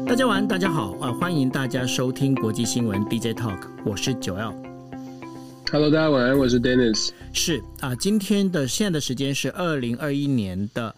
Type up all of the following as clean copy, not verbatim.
大家晚安，大家好，欢迎大家收听国际新闻 DJ Talk， 我是9L。Hello， 大家晚安，我是 Dennis。 是今天的现在的时间是2021年的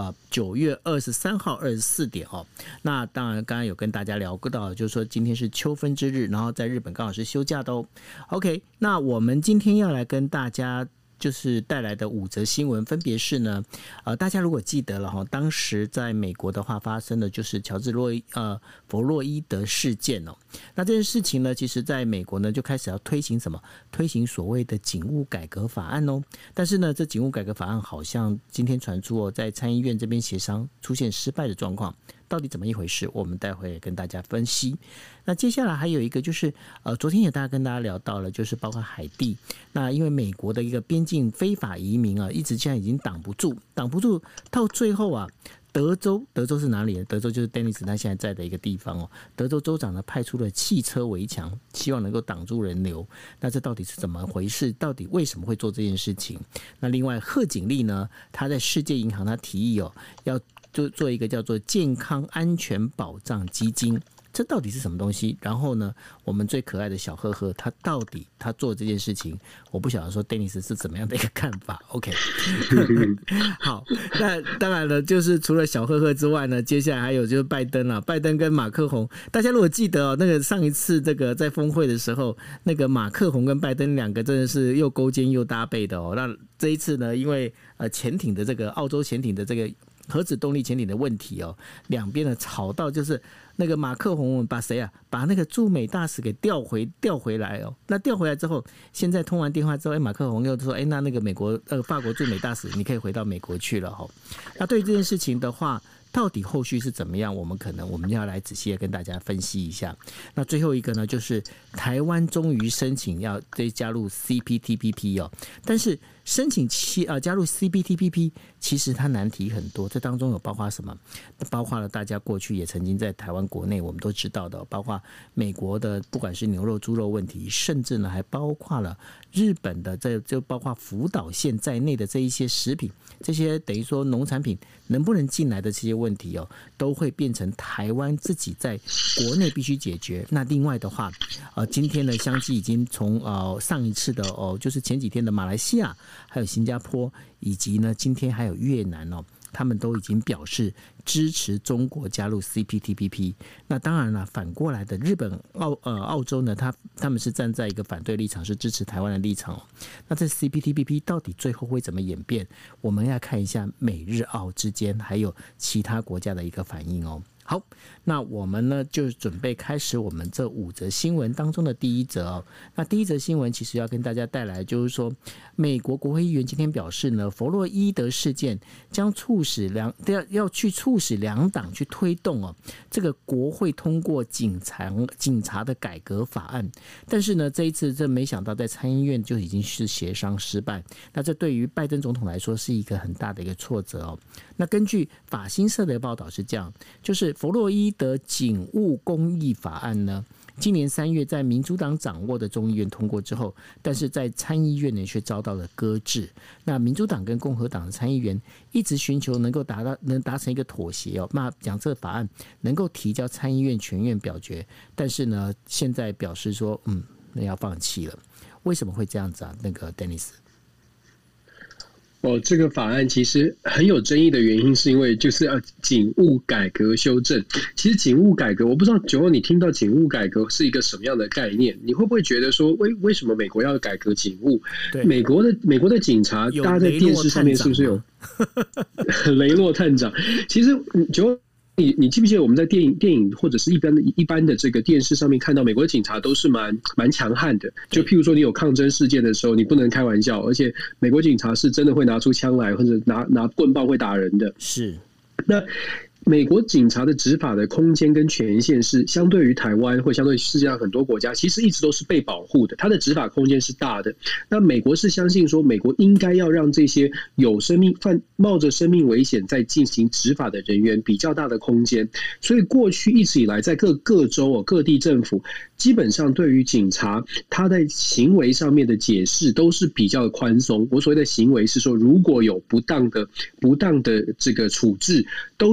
9月23号24点哦。那当然，刚刚有跟大家聊过到，就是说今天是秋分之日，然后在日本刚好是休假的哦。OK， 那我们今天要来跟大家就是带来的5则新闻，分别是呢，大家如果记得了哈，当时在美国的话发生的就是乔治弗洛伊德事件哦。那这件事情呢，其实在美国呢就开始要推行什么？推行所谓的警务改革法案哦。但是呢，这警务改革法案好像今天传出在参议院这边协商出现失败的状况。到底怎么一回事？我们待会跟大家分析。那接下来还有一个就是，昨天也跟大家聊到了，就是包括海地。那因为美国的一个边境非法移民一直现在已经挡不住，到最后德州是哪里？德州就是 Dennis 他现在在的一个地方哦。德州州长呢派出了汽车围墙，希望能够挡住人流。那这到底是怎么回事？到底为什么会做这件事情？那另外贺锦丽呢，他在世界银行他提议要就做一个叫做健康安全保障基金，这到底是什么东西？然后呢，我们最可爱的小赫赫，他做这件事情，我不晓得说 Dennis 是怎么样的一个看法。OK， 好，那当然了，就是除了小赫赫之外呢，接下来还有就是拜登啦，拜登跟马克宏，大家如果记得那个上一次这个在峰会的时候，那个马克宏跟拜登两个真的是又勾肩又搭背的哦。那这一次呢，因为潜艇的这个澳洲潜艇的这个核子动力潜艇的问题两边呢吵到就是那个马克宏把谁把那个驻美大使给调回来那调回来之后，现在通完电话之后，马克宏又说那个法国驻美大使你可以回到美国去了那对于这件事情的话，到底后续是怎么样？我们要来仔细的跟大家分析一下。那最后一个呢，就是台湾终于申请要加入 CPTPP 但是申请加入 CPTPP 其实它难题很多，这当中有包括什么？包括了大家过去也曾经在台湾国内我们都知道的，包括美国的不管是牛肉猪肉问题，甚至呢还包括了日本的就包括福岛县在内的这一些食品，这些等于说农产品能不能进来的这些问题都会变成台湾自己在国内必须解决。那另外的话今天呢相继已经从上一次的就是前几天的马来西亚还有新加坡，以及呢今天还有越南他们都已经表示支持中国加入 CPTPP。 那当然了，反过来的日本澳洲呢，他们是站在一个反对立场，是支持台湾的立场那这 CPTPP 到底最后会怎么演变？我们要看一下美日澳之间还有其他国家的一个反应好，那我们呢就准备开始我们这5则新闻当中的第1则那第1则新闻其实要跟大家带来，就是说美国国会议员今天表示呢，弗洛伊德事件将要去促使两党去推动这个国会通过警察的改革法案。但是呢，这一次没想到在参议院就已经是协商失败。那这对于拜登总统来说是一个很大的一个挫折那根据法新社的报道是这样，就是弗洛伊德警务公益法案呢，今年3月在民主党掌握的众议院通过之后，但是在参议院呢却遭到了搁置。那民主党跟共和党的参议员一直寻求能达成一个妥协那讲这个法案能够提交参议院全院表决，但是呢现在表示说那要放弃了。为什么会这样子那个 Dennis？ 这个法案其实很有争议的原因是因为就是警务改革修正。其实警务改革，我不知道9号你听到警务改革是一个什么样的概念？你会不会觉得说为什么美国要改革警务？美国的警察，大家在电视上面是不是有雷洛探长？其实9号。你记不记得我们在电影或者是一般的这个电视上面看到美国的警察都是蛮强悍的，就譬如说你有抗争事件的时候，你不能开玩笑，而且美国警察是真的会拿出枪来，或者拿棍棒会打人的。 是， 那美国警察的执法的空间跟权限是相对于台湾或相对于世界上很多国家，其实一直都是被保护的，它的执法空间是大的。那美国是相信说，美国应该要让这些有冒着生命危险在进行执法的人员比较大的空间，所以过去一直以来在各州各地政府基本上对于警察他在行为上面的解释都是比较宽松。我所谓的行为是说，如果有不当的这个处置，都是比较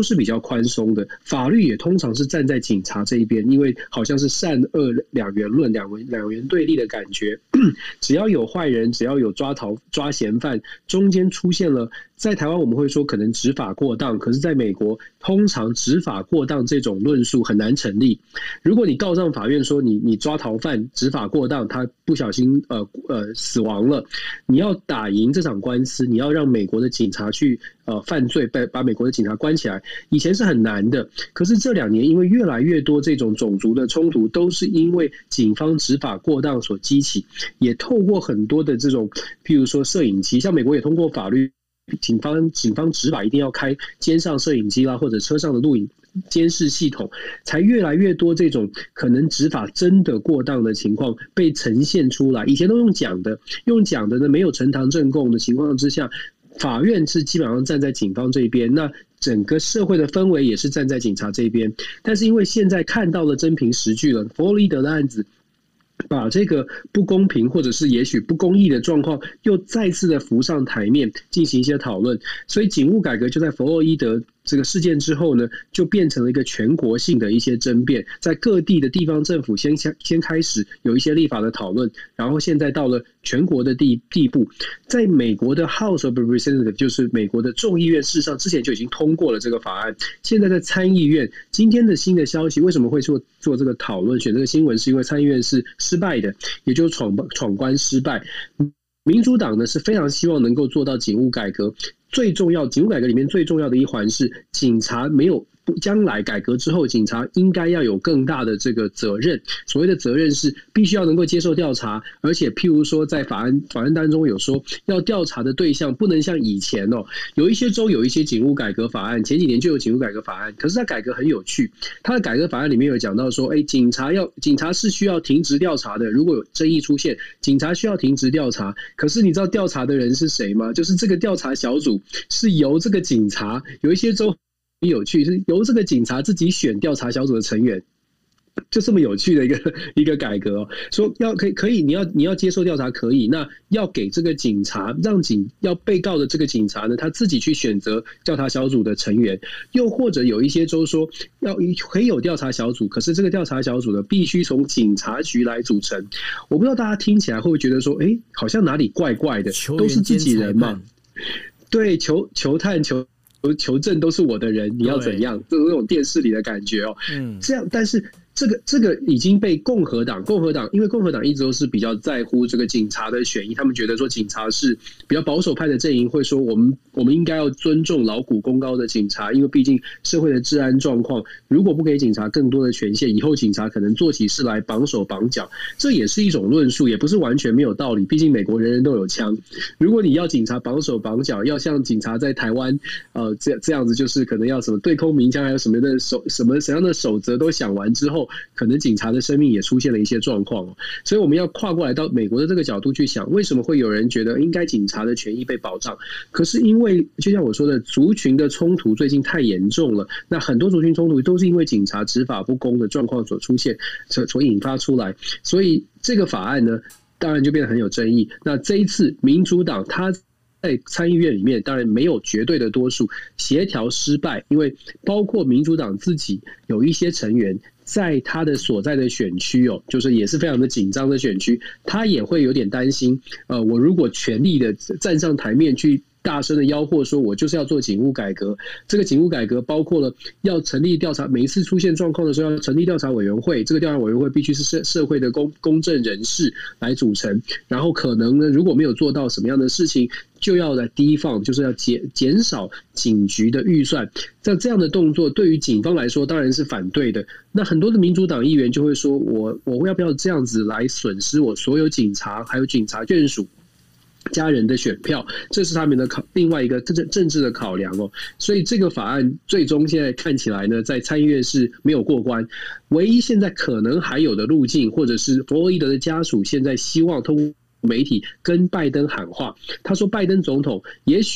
宽松的，法律也通常是站在警察这一边，因为好像是善恶两元论、两元对立的感觉。只要有坏人，只要有抓嫌犯，中间出现了，在台湾我们会说可能执法过当，可是在美国通常执法过当这种论述很难成立。如果你告上法院说你抓逃犯执法过当，他不小心死亡了，你要打赢这场官司，你要让美国的警察去犯罪，把美国的警察关起来，以前是很难的。可是这2年因为越来越多这种种族的冲突都是因为警方执法过当所激起，也透过很多的这种譬如说摄影机，像美国也通过法律，警方执法一定要开肩上摄影机啦，或者车上的录影监视系统，才越来越多这种可能执法真的过当的情况被呈现出来。以前都用讲的呢，没有呈堂证供的情况之下，法院是基本上站在警方这边，那整个社会的氛围也是站在警察这边。但是因为现在看到了真凭实据了，弗洛伊德的案子把这个不公平或者是也许不公义的状况又再次的浮上台面，进行一些讨论。所以警务改革就在弗洛伊德这个事件之后呢，就变成了一个全国性的一些争辩，在各地的地方政府先开始有一些立法的讨论，然后现在到了全国的地步。在美国的 House of Representatives， 就是美国的众议院，事实上之前就已经通过了这个法案，现在在参议院。今天的新的消息，为什么会做这个讨论，选这个新闻，是因为参议院是失败的，也就是闯关失败。民主党呢是非常希望能够做到警务改革，最重要，警务改革里面最重要的一环是警察没有。将来改革之后，警察应该要有更大的这个责任。所谓的责任是必须要能够接受调查，而且譬如说在法案当中有说，要调查的对象不能像以前有一些州有一些警务改革法案，前几年就有警务改革法案，可是它改革很有趣。它的改革法案里面有讲到说，警察是需要停职调查的，如果有争议出现，警察需要停职调查。可是你知道调查的人是谁吗？就是这个调查小组是由这个警察，有一些州很有趣，是由这个警察自己选调查小组的成员，就这么有趣的一个改革说可以，你要接受调查可以，那要给这个警察，要被告的这个警察呢，他自己去选择调查小组的成员，又或者有一些州说可以有调查小组，可是这个调查小组呢必须从警察局来组成。我不知道大家听起来会不会觉得说，好像哪里怪怪的，都是自己人嘛，对，求探求证都是我的人，你要怎样？这种电视里的感觉这样，但是这个已经被共和党，因为共和党一直都是比较在乎这个警察的权益，他们觉得说警察是比较保守派的阵营，会说我们应该要尊重劳苦功高的警察，因为毕竟社会的治安状况，如果不给警察更多的权限，以后警察可能做起事来绑手绑脚，这也是一种论述，也不是完全没有道理。毕竟美国人人都有枪，如果你要警察绑手绑脚，要像警察在台湾这样子，就是可能要什么对空鸣枪，还有什么怎样的守则都想完之后，可能警察的生命也出现了一些状况所以我们要跨过来到美国的这个角度去想，为什么会有人觉得应该警察的权益被保障？可是因为就像我说的，族群的冲突最近太严重了，那很多族群冲突都是因为警察执法不公的状况所出现，所引发出来，所以这个法案呢，当然就变得很有争议。那这一次民主党他在参议院里面当然没有绝对的多数，协调失败，因为包括民主党自己有一些成员在他的所在的选区就是也是非常的紧张的选区，他也会有点担心我如果全力的站上台面去大声的吆喝说我就是要做警务改革，这个警务改革包括了要成立调查，每一次出现状况的时候要成立调查委员会，这个调查委员会必须是社会的公正人士来组成，然后可能呢如果没有做到什么样的事情，就要来提防，就是要减少警局的预算。这样的动作对于警方来说当然是反对的。那很多的民主党议员就会说，我要不要这样子来损失我所有警察还有警察眷属家人的选票，这是他们的另外一个政治的考量所以这个法案最终现在看起来呢，在参议院是没有过关。唯一现在可能还有的路径，或者是弗洛伊德的家属现在希望通过媒体跟拜登喊话，他说拜登总统也许呢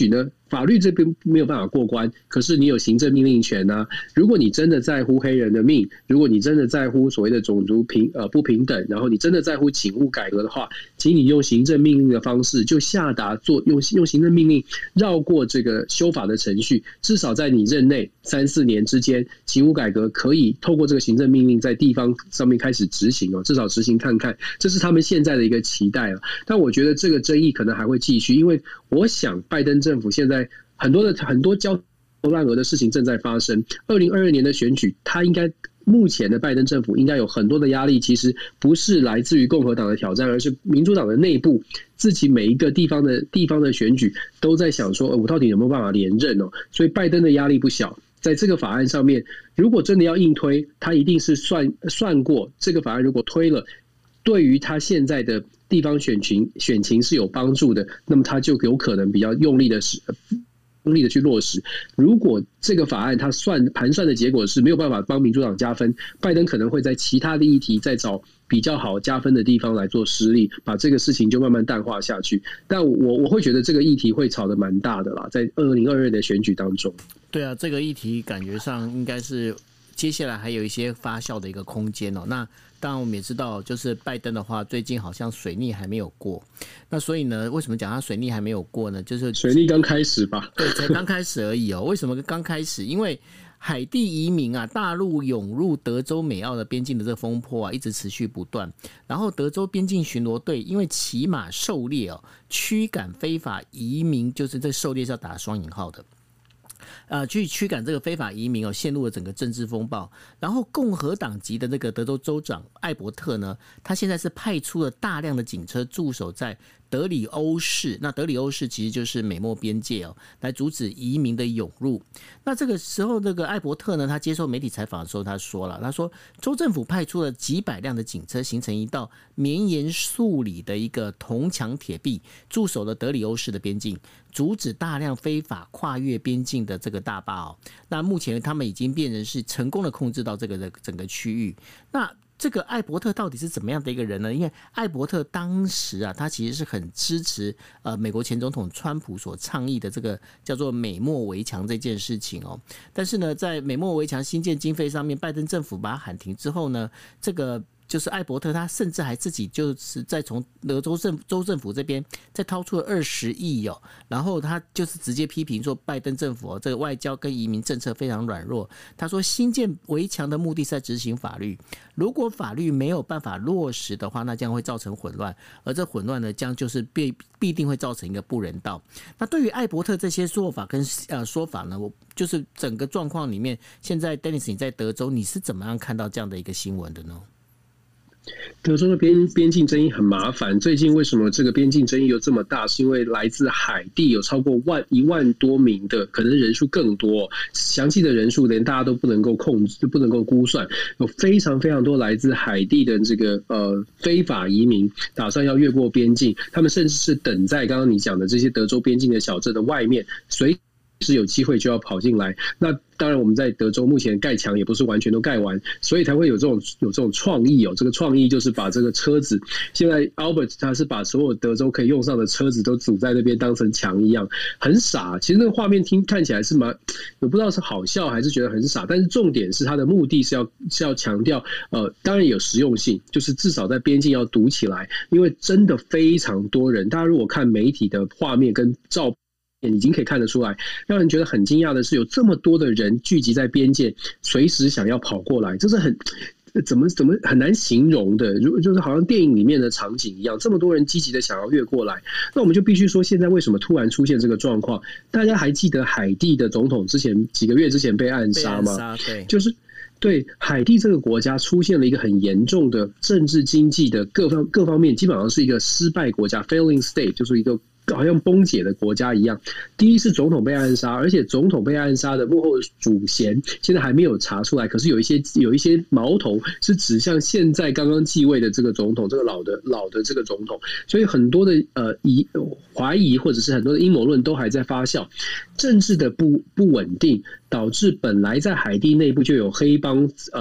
法律这边没有办法过关，可是你有行政命令权啊。如果你真的在乎黑人的命，如果你真的在乎所谓的种族不平等，然后你真的在乎警务改革的话，请你用行政命令的方式就下达用行政命令绕过这个修法的程序，至少在你任内3-4年之间，警务改革可以透过这个行政命令在地方上面开始执行哦，至少执行看看，这是他们现在的一个期待了。但我觉得这个争议可能还会继续，因为我想拜登政府现在很多焦头烂额的事情正在发生。2022年的选举，他应该目前的拜登政府应该有很多的压力，其实不是来自于共和党的挑战，而是民主党的内部自己每一个地方的选举都在想说，我到底有没有办法连任哦？所以拜登的压力不小。在这个法案上面，如果真的要硬推，他一定是算过这个法案如果推了，对于他现在的地方选情是有帮助的，那么他就有可能比较用力的去落实。如果这个法案他盘算的结果是没有办法帮民主党加分，拜登可能会在其他的议题再找比较好加分的地方来做施力，把这个事情就慢慢淡化下去。但我会觉得这个议题会吵得蛮大的啦，在2022的选举当中。 对啊，这个议题感觉上应该是接下来还有一些发酵的一个空间哦。那当然我们也知道，就是拜登的话，最近好像水逆还没有过。那所以呢，为什么讲他水逆还没有过呢？就是水逆刚开始吧？ 对，才刚开始而已哦。为什么刚开始？因为海地移民啊，大陆涌入德州美澳的边境的这个风波啊，一直持续不断。然后德州边境巡逻队因为骑马狩猎哦，驱赶非法移民，就是这狩猎是要打双引号的。去驱赶这个非法移民哦，陷入了整个政治风暴。然后共和党籍的那个德州州长艾伯特呢，他现在是派出了大量的警车驻守在德里欧市，那德里欧市其实就是美墨边界哦，来阻止移民的涌入。那这个时候，这个艾伯特呢，他接受媒体采访的时候，他说州政府派出了几百辆的警车，形成一道绵延数里的一个铜墙铁壁，驻守了德里欧市的边境，阻止大量非法跨越边境的这个大巴哦。那目前他们已经变成是成功的控制到这个整个区域。那这个艾伯特到底是怎么样的一个人呢？因为艾伯特当时啊，他其实是很支持美国前总统川普所倡议的这个叫做美墨围墙这件事情哦。但是呢，在美墨围墙新建经费上面，拜登政府把它喊停之后呢，这个就是艾伯特他甚至还自己就是在从德州州政府这边再掏出了20亿哦，然后他就是直接批评说拜登政府这个外交跟移民政策非常软弱。他说新建围墙的目的是在执行法律，如果法律没有办法落实的话，那将会造成混乱，而这混乱呢，将就是必定会造成一个不人道。那对于艾伯特这些说法跟说法呢，我就是整个状况里面，现在 Dennis 你在德州，你是怎么样看到这样的一个新闻的呢？ 德州的边境争议很麻烦，最近为什么这个边境争议又这么大？是因为来自海地有超过1万多名的，可能人数更多，详细的人数连大家都不能够控制，不能够估算，有非常非常多来自海地的这个非法移民，打算要越过边境，他们甚至是等在刚刚你讲的这些德州边境的小镇的外面，随是有机会就要跑进来。那当然我们在德州目前盖墙也不是完全都盖完，所以才会有这种创意哦。这个创意就是把这个车子，现在 Albert 他是把所有德州可以用上的车子都组在那边当成墙一样，很傻。其实那个画面看起来是我不知道是好笑还是觉得很傻，但是重点是它的目的是要强调当然有实用性，就是至少在边境要堵起来，因为真的非常多人。大家如果看媒体的画面跟照片已经可以看得出来，让人觉得很惊讶的是，有这么多的人聚集在边界，随时想要跑过来，这是怎么很难形容的，就是好像电影里面的场景一样，这么多人积极的想要越过来。那我们就必须说，现在为什么突然出现这个状况？大家还记得海地的总统几个月之前被暗杀吗？就是对海地这个国家出现了一个很严重的政治经济的各方面，基本上是一个失败国家 failing state， 就是一个好像崩解的国家一样。第一是总统被暗杀，而且总统被暗杀的幕后主嫌现在还没有查出来，可是有一些矛头是指向现在刚刚继位的这个总统，这个老的这个总统，所以很多的怀疑或者是很多的阴谋论都还在发酵。政治的不稳定导致本来在海地内部就有黑帮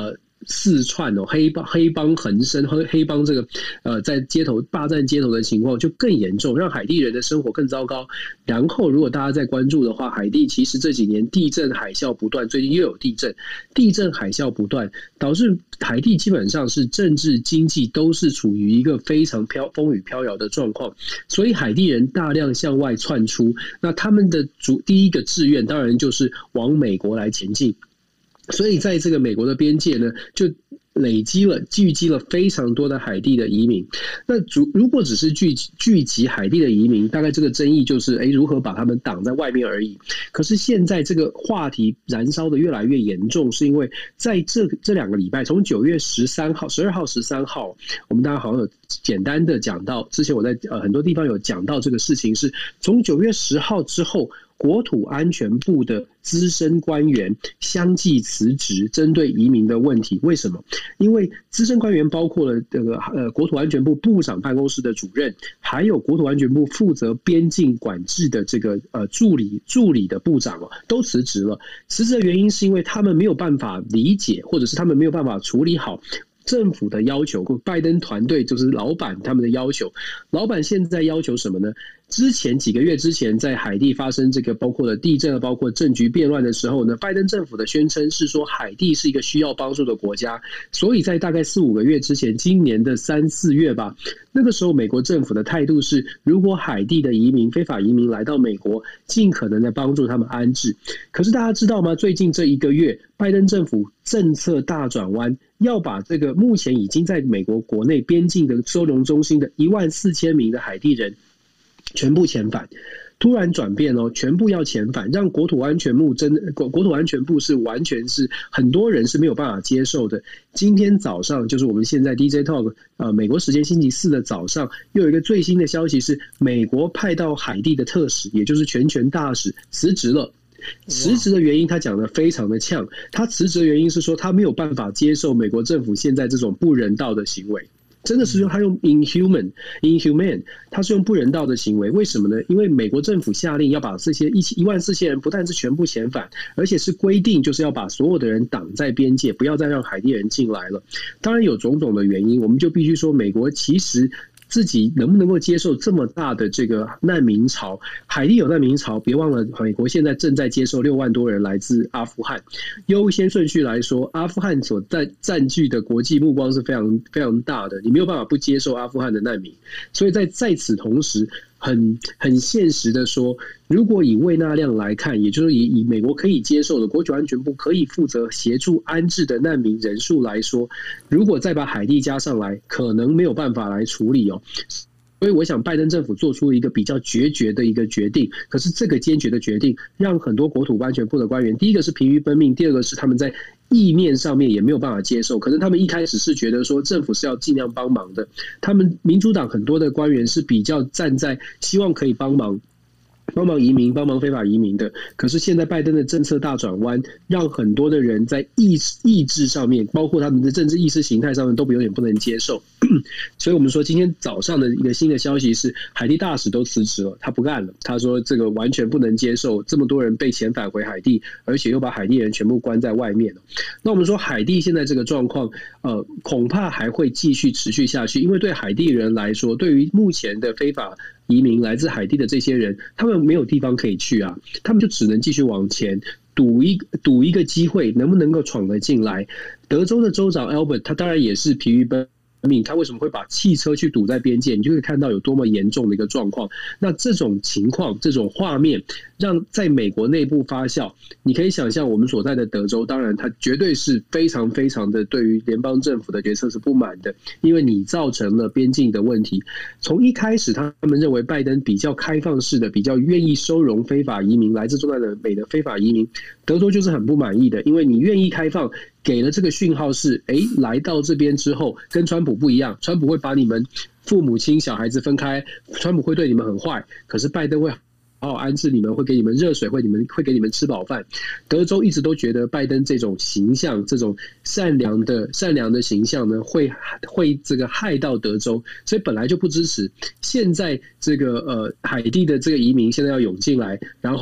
四窜黑帮横生，黑帮这个在街头霸占街头的情况就更严重，让海地人的生活更糟糕。然后如果大家在关注的话，海地其实这几年地震海啸不断，最近又有地震海啸不断，导致海地基本上是政治经济都是处于一个非常风雨飘摇的状况，所以海地人大量向外窜出，那他们的第一个志愿当然就是往美国来前进，所以在这个美国的边界呢，就聚集了非常多的海地的移民。那如果只是聚集海地的移民，大概这个争议就是如何把他们挡在外面而已。可是现在这个话题燃烧的越来越严重，是因为在这2个礼拜，从9月13号、12号、13号，我们大家好像有简单的讲到，之前我在很多地方有讲到这个事情，是从9月10号之后，国土安全部的资深官员相继辞职，针对移民的问题。为什么？因为资深官员包括了这个国土安全部部长办公室的主任，还有国土安全部负责边境管制的这个助理的部长都辞职了。辞职的原因是因为他们没有办法理解，或者是他们没有办法处理好政府的要求，拜登团队就是老板他们的要求。老板现在要求什么呢？之前几个月之前，在海地发生这个包括了地震，包括政局变乱的时候呢，拜登政府的宣称是说海地是一个需要帮助的国家，所以在大概4-5个月之前，今年的3、4月吧，那个时候美国政府的态度是，如果海地的非法移民来到美国，尽可能的帮助他们安置。可是大家知道吗？最近这1个月，拜登政府政策大转弯，要把这个目前已经在美国国内边境的收容中心的14000名的海地人全部遣返，突然转变全部要遣返，让国土安全部是完全是很多人是没有办法接受的。今天早上就是我们现在 DJ Talk 美国时间星期4的早上，又有一个最新的消息是，美国派到海地的特使，也就是全权大使辞职了。辞职的原因他讲的非常的呛，他辞职的原因是说他没有办法接受美国政府现在这种不人道的行为，真的是他用 inhumane， 他是用不人道的行为。为什么呢？因为美国政府下令要把这些14000人不但是全部遣返，而且是规定就是要把所有的人挡在边界，不要再让海地人进来了。当然有种种的原因，我们就必须说美国其实自己能不能够接受这么大的这个难民潮？海地有难民潮，别忘了美国现在正在接受6万多人来自阿富汗。优先顺序来说，阿富汗所占据的国际目光是非常非常大的，你没有办法不接受阿富汗的难民。所以在此同时，很现实的说，如果以喂纳量来看，也就是以美国可以接受的国土安全部可以负责协助安置的难民人数来说，如果再把海地加上来，可能没有办法来处理所以我想拜登政府做出一个比较决绝的一个决定，可是这个坚决的决定让很多国土安全部的官员，第一个是疲于奔命，第二个是他们在意面上面也没有办法接受。可能他们一开始是觉得说政府是要尽量帮忙的，他们民主党很多的官员是比较站在希望可以帮忙移民、帮忙非法移民的。可是现在拜登的政策大转弯，让很多的人在意志上面，包括他们的政治意识形态上面，都有点不能接受。所以我们说今天早上的一个新的消息是，海地大使都辞职了，他不干了。他说这个完全不能接受这么多人被遣返回海地，而且又把海地人全部关在外面。那我们说海地现在这个状况，恐怕还会继续持续下去，因为对海地人来说，对于目前的非法移民来自海地的这些人，他们没有地方可以去啊，他们就只能继续往前赌一个机会，能不能够闯得进来。德州的州长 Albert 他当然也是疲于奔命，他为什么会把汽车去堵在边界？你就会看到有多么严重的一个状况。那这种情况、这种画面，让在美国内部发酵。你可以想象，我们所在的德州，当然它绝对是非常非常的对于联邦政府的决策是不满的，因为你造成了边境的问题。从一开始，他们认为拜登比较开放式的、比较愿意收容非法移民，来自中南美的非法移民，德州就是很不满意的，因为你愿意开放。给了这个讯号是，来到这边之后跟川普不一样，川普会把你们父母亲小孩子分开，川普会对你们很坏，可是拜登会好好安置你们，会给你们热水，会给你们吃饱饭。德州一直都觉得拜登这种形象，这种善良的形象呢，会这个害到德州，所以本来就不支持。现在这个海地的这个移民现在要涌进来，然后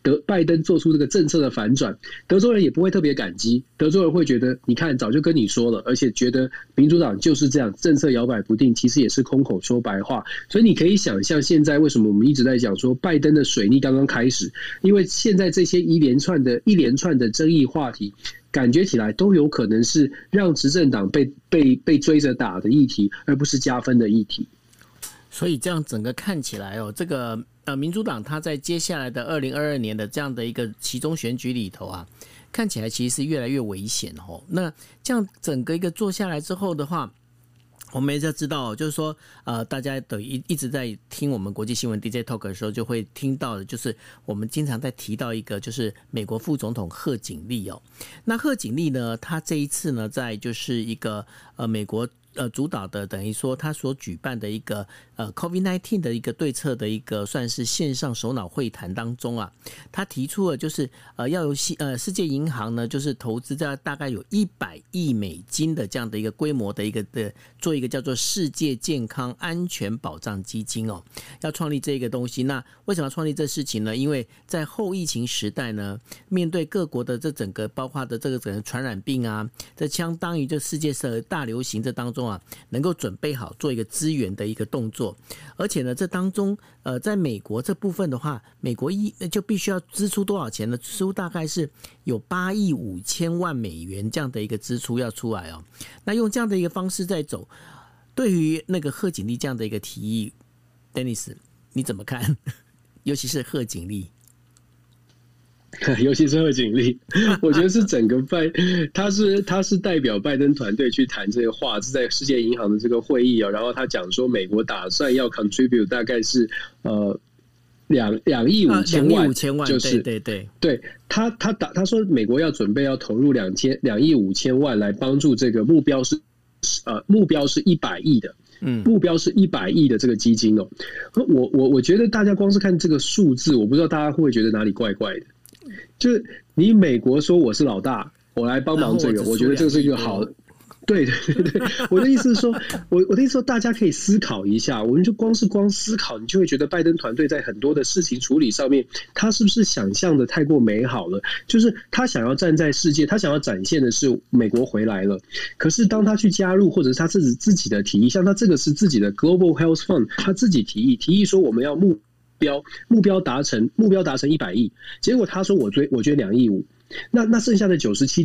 拜登做出这个政策的反转，德州人也不会特别感激，德州人会觉得你看早就跟你说了，而且觉得民主党就是这样，政策摇摆不定，其实也是空口说白话。所以你可以想象现在为什么我们一直在讲说拜登的水逆刚刚开始，因为现在这些一连串的争议话题，感觉起来都有可能是让执政党被追着打的议题，而不是加分的议题。 所以这样整个看起来这个民主党他在接下来的2022年的这样的一个期中选举里头啊，看起来其实是越来越危险那这样整个一个做下来之后的话，我们也要知道，就是说，大家等于一直在听我们国际新闻 DJ Talk 的时候，就会听到的，就是我们经常在提到一个，就是美国副总统贺锦丽那贺锦丽呢，他这一次呢，在就是一个美国主导的，等于说他所举办的一个COVID-19 的一个对策的一个算是线上首脑会谈当中啊，他提出了就是要由世界银行呢，就是投资在大概有$100亿的这样的一个规模的做一个叫做世界健康安全保障基金要创立这个东西。那为什么要创立这事情呢？因为在后疫情时代呢，面对各国的这整个包括的这个整个传染病啊，这相当于这世界的大流行这当中能够准备好做一个支援的一个动作。而且呢，这当中在美国这部分的话，美国就必须要支出多少钱呢？支出大概是有$8亿5千万这样的一个支出要出来那用这样的一个方式在走，对于那个贺锦丽这样的一个提议 ，Dennis 你怎么看？尤其是贺锦丽。 尤其是贺锦丽，我觉得是整个他是代表拜登团队去谈这个话，是在世界银行的这个会议然后他讲说美国打算要 contribute 大概是2亿5千万，就是对， 他说美国要准备要投入2亿5千万来帮助这个目标是100亿的。目标是100亿的这个基金我觉得大家光是看这个数字，我不知道大家会不会觉得哪里怪怪的。就是你美国说我是老大，我来帮忙这个，我觉得这是一个好。对，我的意思是说，我的意思说，大家可以思考一下，我们就光思考，你就会觉得拜登团队在很多的事情处理上面，他是不是想象的太过美好了？就是他想要站在世界，他想要展现的是美国回来了。可是当他去加入，或者是他自己的提议，像他这个是自己的 Global Health Fund， 他自己提议说我们要目标达成100亿，结果他说我觉得2亿5。那剩下的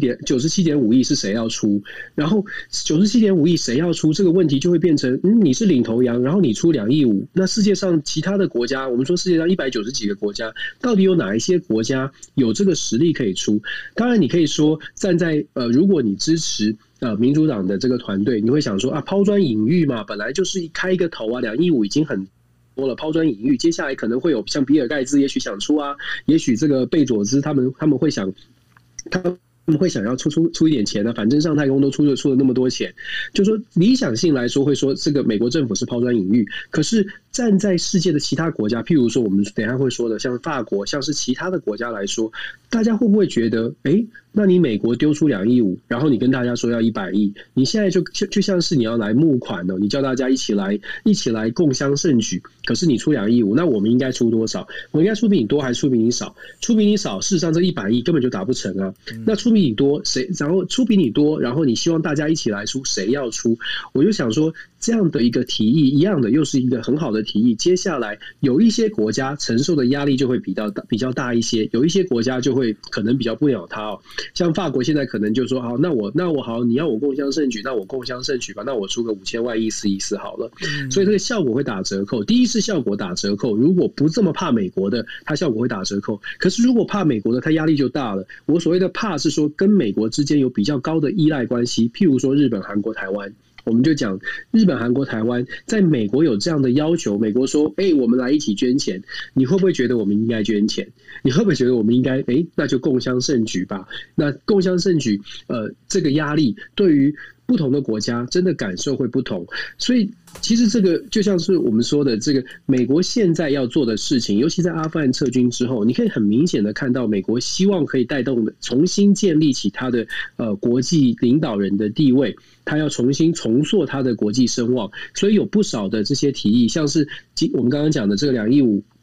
97.5亿是谁要出？然后97.5亿谁要出？这个问题就会变成，你是领头羊，然后你出2亿5，那世界上其他的国家，我们说世界上190几个国家，到底有哪一些国家有这个实力可以出？当然，你可以说站在如果你支持民主党的这个团队，你会想说抛砖引玉嘛，本来就是开一个头2亿5已经很多了，抛砖引玉，接下来可能会有像比尔盖茨也许想出也许这个贝佐兹他们会想。他们会想要出一点钱反正上太空都出了那么多钱，就说理想性来说会说这个美国政府是抛砖引玉，可是站在世界的其他国家，譬如说我们等一下会说的像法国，像是其他的国家来说，大家会不会觉得那你美国丢出2亿5，然后你跟大家说要100亿，你现在就像是你要来募款你叫大家一起来共襄盛举，可是你出2亿5，那我们应该出多少？我应该出比你多还是出比你少？出比你少，事实上这100亿根本就达不成那出比你多然后出比你多，然后你希望大家一起来出，谁要出？我就想说这样的一个提议，一样的又是一个很好的提议。接下来有一些国家承受的压力就会比较大一些，有一些国家就会可能比较不鸟他像法国现在可能就说好，那我好，你要我共襄盛举，那我共襄盛举吧，那我出个5000万意思好了。所以这个效果会打折扣。第一是效果打折扣，如果不这么怕美国的，它效果会打折扣。可是如果怕美国的，它压力就大了。我所谓的怕是说跟美国之间有比较高的依赖关系，譬如说日本、韩国、台湾。我们就讲日本、韩国、台湾，在美国有这样的要求，美国说我们来一起捐钱，你会不会觉得我们应该捐钱？你会不会觉得我们应该那就共襄盛举吧？那共襄盛举这个压力对于不同的国家真的感受会不同。所以其实这个就像是我们说的，这个美国现在要做的事情，尤其在阿富汗撤军之后，你可以很明显的看到美国希望可以带动重新建立起他的国际领导人的地位，他要重新重塑他的国际声望。所以有不少的这些提议，像是我们刚刚讲的这个2亿5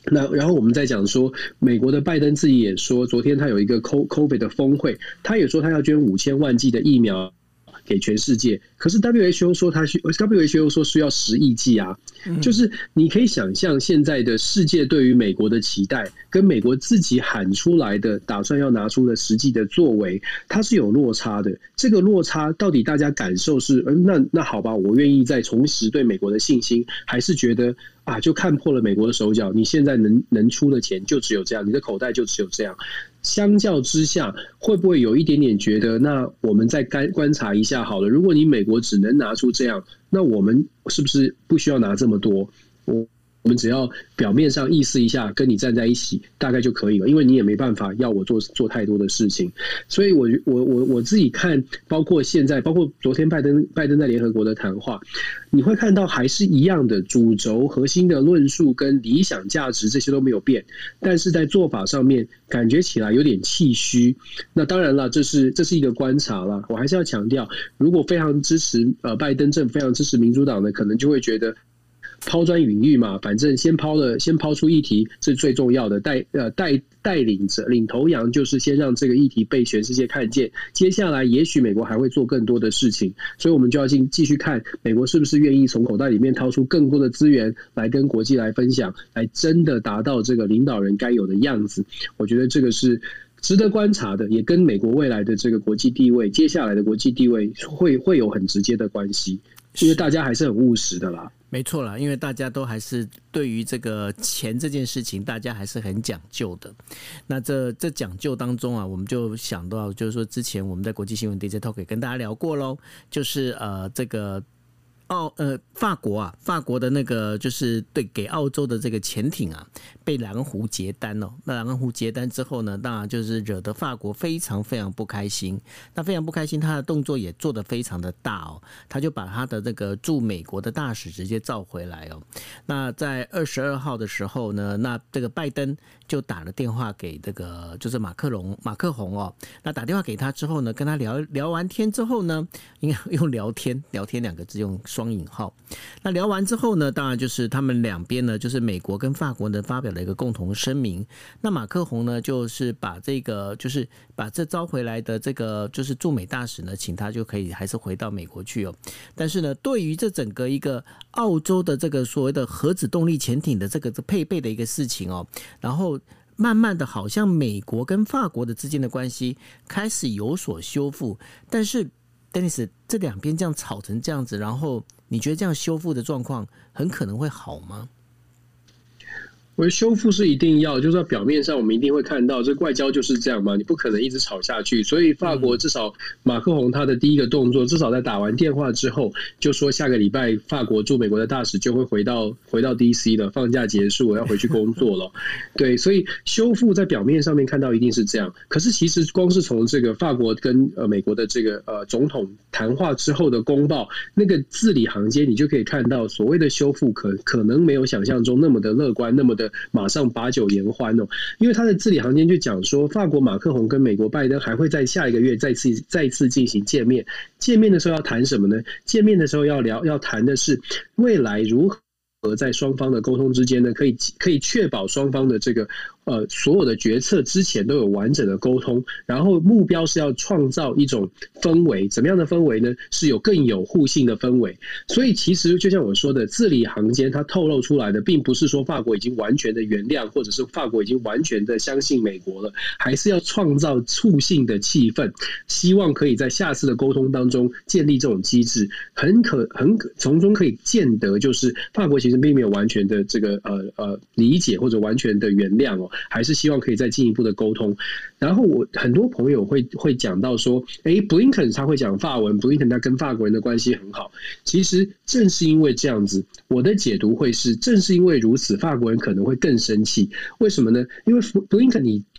那然后我们再讲说，美国的拜登自己也说，昨天他有一个 COVID 的峰会，他也说他要捐5000万剂的疫苗给全世界，可是 WHO 说WHO 说需要10亿剂啊，就是你可以想象现在的世界对于美国的期待，跟美国自己喊出来的打算要拿出的实际的作为，它是有落差的。这个落差到底大家感受是，那好吧，我愿意再重拾对美国的信心，还是觉得啊，就看破了美国的手脚，你现在能出的钱就只有这样，你的口袋就只有这样。相较之下，会不会有一点点觉得，那我们再观察一下好了，如果你美国只能拿出这样，那我们是不是不需要拿这么多？我们只要表面上意思一下，跟你站在一起，大概就可以了，因为你也没办法要我做太多的事情。所以我自己看，包括现在，包括昨天拜登在联合国的谈话，你会看到还是一样的主轴、核心的论述跟理想价值这些都没有变，但是在做法上面感觉起来有点气虚。那当然了，这是一个观察了。我还是要强调，如果非常支持拜登政府，非常支持民主党的，可能就会觉得抛砖引玉嘛，反正先抛出议题是最重要的，带领者领头羊就是先让这个议题被全世界看见，接下来也许美国还会做更多的事情，所以我们就要继续看美国是不是愿意从口袋里面掏出更多的资源来跟国际来分享，来真的达到这个领导人该有的样子。我觉得这个是值得观察的，也跟美国未来的这个国际地位，接下来的国际地位会有很直接的关系，因为大家还是很务实的啦。 没错啦，因为大家都还是对于这个钱这件事情，大家还是很讲究的。那这讲究当中啊，我们就想到，就是说之前我们在国际新闻 DJ Talk 也跟大家聊过咯，就是这个法国的那个就是对给澳洲的这个潜艇啊，被蓝湖截单哦。那蓝湖截单之后呢，当然就是惹得法国非常非常不开心。那非常不开心，他的动作也做得非常的大哦。他就把他的这个驻美国的大使直接召回来哦。那在22号的时候呢，那这个拜登就打了电话给这个就是马克宏哦。那打电话给他之后呢，跟他聊完天之后呢，应该用聊天两个字用双引号。那聊完之后呢，当然就是他们两边呢，就是美国跟法国呢发表了一个共同声明。那马克宏呢，就是把这招回来的这个就是驻美大使呢，请他就可以还是回到美国去哦。但是呢，对于这整个一个澳洲的这个所谓的核子动力潜艇的这个配备的一个事情哦，然后慢慢的好像美国跟法国的之间的关系开始有所修复，但是Dennis 这两边这样吵成这样子，然后你觉得这样修复的状况很可能会好吗？ 我觉得修复是一定要，就是说表面上我们一定会看到，这外交就是这样嘛，你不可能一直吵下去。所以法国至少马克宏他的第一个动作，至少在打完电话之后，就说下个礼拜法国驻美国的大使就会回到 DC 了，放假结束，我要回去工作了。对，所以修复在表面上面看到一定是这样，可是其实光是从这个法国跟美国的这个总统谈话之后的公报，那个字里行间你就可以看到，所谓的修复可能没有想象中那么的乐观，那么的马上把酒言欢哦，因为他的字里行间就讲说，法国马克宏跟美国拜登还会在下一个月再次进行见面。见面的时候要谈什么呢？见面的时候要谈的是未来如何在双方的沟通之间呢，可以确保双方的这个所有的决策之前都有完整的沟通，然后目标是要创造一种氛围，怎么样的氛围呢？是有更有互信的氛围。所以其实就像我说的，字里行间它透露出来的，并不是说法国已经完全的原谅，或者是法国已经完全的相信美国了，还是要创造互信的气氛，希望可以在下次的沟通当中建立这种机制，从中可以见得，就是法国其实并没有完全的这个理解或者完全的原谅哦。还是希望可以再进一步的沟通。然后我很多朋友会讲到说，Blinken 他会讲法文，Blinken 他跟法国人的关系很好。其实正是因为这样子，我的解读会是，正是因为如此，法国人可能会更生气。为什么呢？因为 Blinken 你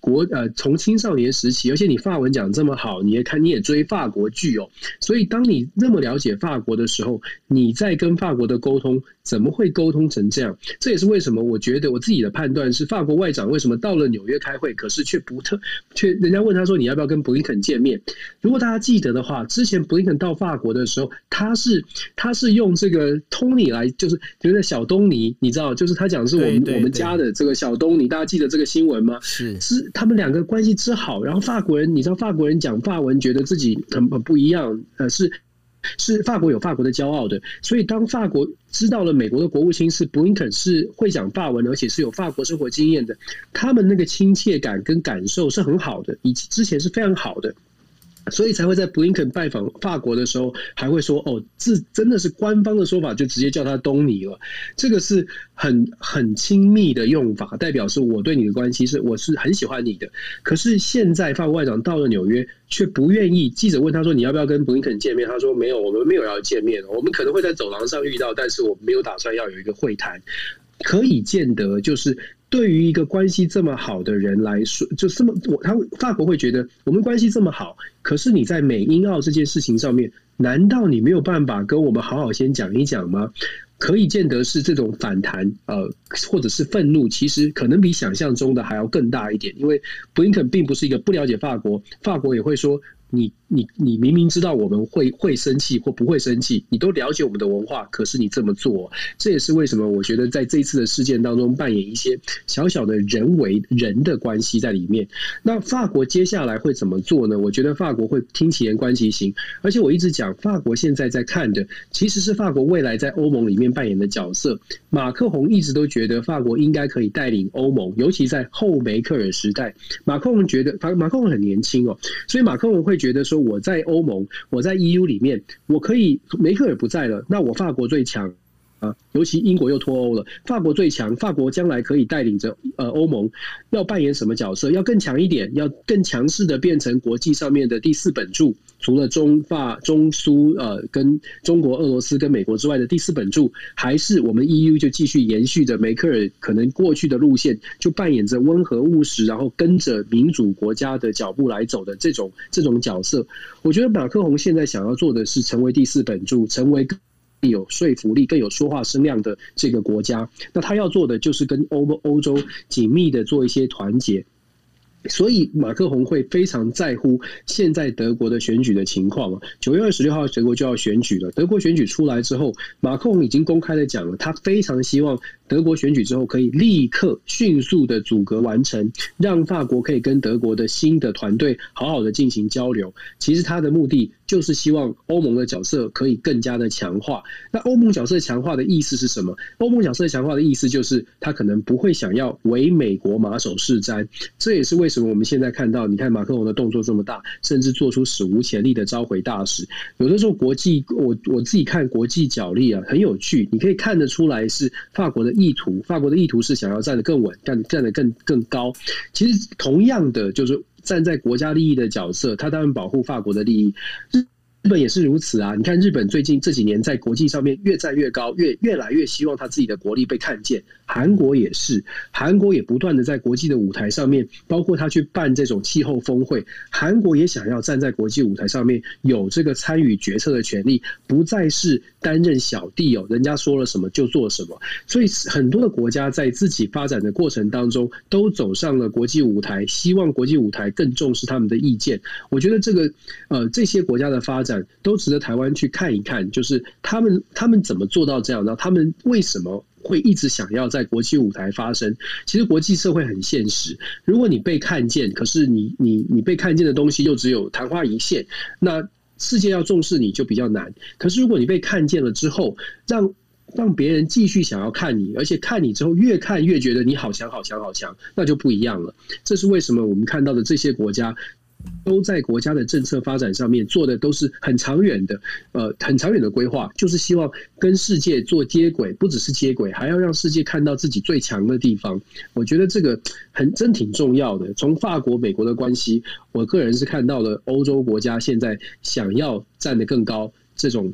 从青少年时期，而且你法文讲这么好，你也追法国剧哦，所以当你那么了解法国的时候，你在跟法国的沟通怎么会沟通成这样？这也是为什么我觉得我自己的判断是，法国外长为什么到了纽约开会，可是却人家问他说你要不要跟布林肯见面？如果大家记得的话，之前布林肯到法国的时候，他是用这个 Tony 来，就是小东尼，你知道，就是他讲是我们家的这个小东尼，大家记得这个新闻吗？是他们两个关系之好，然后法国人，你知道法国人讲法文觉得自己很不一样，是法国有法国的骄傲的，所以当法国知道了美国的国务卿是布林肯是会讲法文，而且是有法国生活经验的，他们那个亲切感跟感受是很好的，以及之前是非常好的。所以才会在布林肯拜访法国的时候，还会说哦，这真的是官方的说法，就直接叫他东尼了。这个是很亲密的用法，代表是我对你的关系我是很喜欢你的。可是现在法国外长到了纽约，却不愿意。记者问他说：“你要不要跟布林肯见面？”他说：“没有，我们没有要见面，我们可能会在走廊上遇到，但是我们没有打算要有一个会谈。”可以见得，就是对于一个关系这么好的人来说，就这么法国会觉得我们关系这么好，可是你在美英澳这件事情上面，难道你没有办法跟我们好好先讲一讲吗？可以见得是这种反弹，或者是愤怒，其实可能比想象中的还要更大一点。因为布林肯并不是一个不了解法国，法国也会说。你明明知道我们会生气或不会生气，你都了解我们的文化，可是你这么做，这也是为什么我觉得在这一次的事件当中扮演一些小小的人的关系在里面。那法国接下来会怎么做呢？我觉得法国会听其言观其行，而且我一直讲，法国现在在看的其实是法国未来在欧盟里面扮演的角色。马克宏一直都觉得法国应该可以带领欧盟，尤其在后梅克尔时代。马克宏觉得马克宏很年轻哦，所以马克宏会觉得说我在欧盟，我在 EU 里面，我可以梅克尔不在了，那我法国最强啊，尤其英国又脱欧了，法国最强，法国将来可以带领着欧盟要扮演什么角色？要更强一点，要更强势的变成国际上面的第四本柱，除了中法中苏跟中国、俄罗斯跟美国之外的第四本柱，还是我们 EU 就继续延续着梅克尔可能过去的路线，就扮演着温和务实，然后跟着民主国家的脚步来走的这种角色。我觉得马克宏现在想要做的是成为第四本柱，成为更有说服力、更有说话声量的这个国家。那他要做的就是跟欧洲紧密的做一些团结。所以马克宏会非常在乎现在德国的选举的情况。9月26号德国就要选举了，德国选举出来之后，马克宏已经公开的讲了，他非常希望德国选举之后可以立刻迅速的组阁完成，让法国可以跟德国的新的团队好好的进行交流。其实他的目的就是希望欧盟的角色可以更加的强化。那欧盟角色强化的意思是什么？欧盟角色强化的意思就是他可能不会想要为美国马首是瞻。这也是为什么我们现在看到，你看马克宏的动作这么大，甚至做出史无前例的召回大使。有的时候国际，我自己看国际角力啊，很有趣，你可以看得出来是法国的意图，法国的意图是想要站得更稳，站得更高。其实同样的，就是站在国家利益的角色，他当然保护法国的利益。日本也是如此啊！你看日本最近这几年在国际上面越站越高，越来越希望他自己的国力被看见。韩国也是，韩国也不断的在国际的舞台上面，包括他去办这种气候峰会，韩国也想要站在国际舞台上面有这个参与决策的权利，不再是担任小弟哦，人家说了什么就做什么。所以很多的国家在自己发展的过程当中，都走上了国际舞台，希望国际舞台更重视他们的意见。我觉得这些国家的发展都值得台湾去看一看，就是他们怎么做到这样，然后他们为什么会一直想要在国际舞台发声。其实国际社会很现实，如果你被看见，可是你被看见的东西又只有昙花一现，那世界要重视你就比较难。可是如果你被看见了之后，让别人继续想要看你，而且看你之后越看越觉得你好强好强好强，那就不一样了。这是为什么我们看到的这些国家都在国家的政策发展上面做的都是很长远的规划，就是希望跟世界做接轨，不只是接轨，还要让世界看到自己最强的地方。我觉得这个真挺重要的。从法国美国的关系，我个人是看到了欧洲国家现在想要站得更高，这种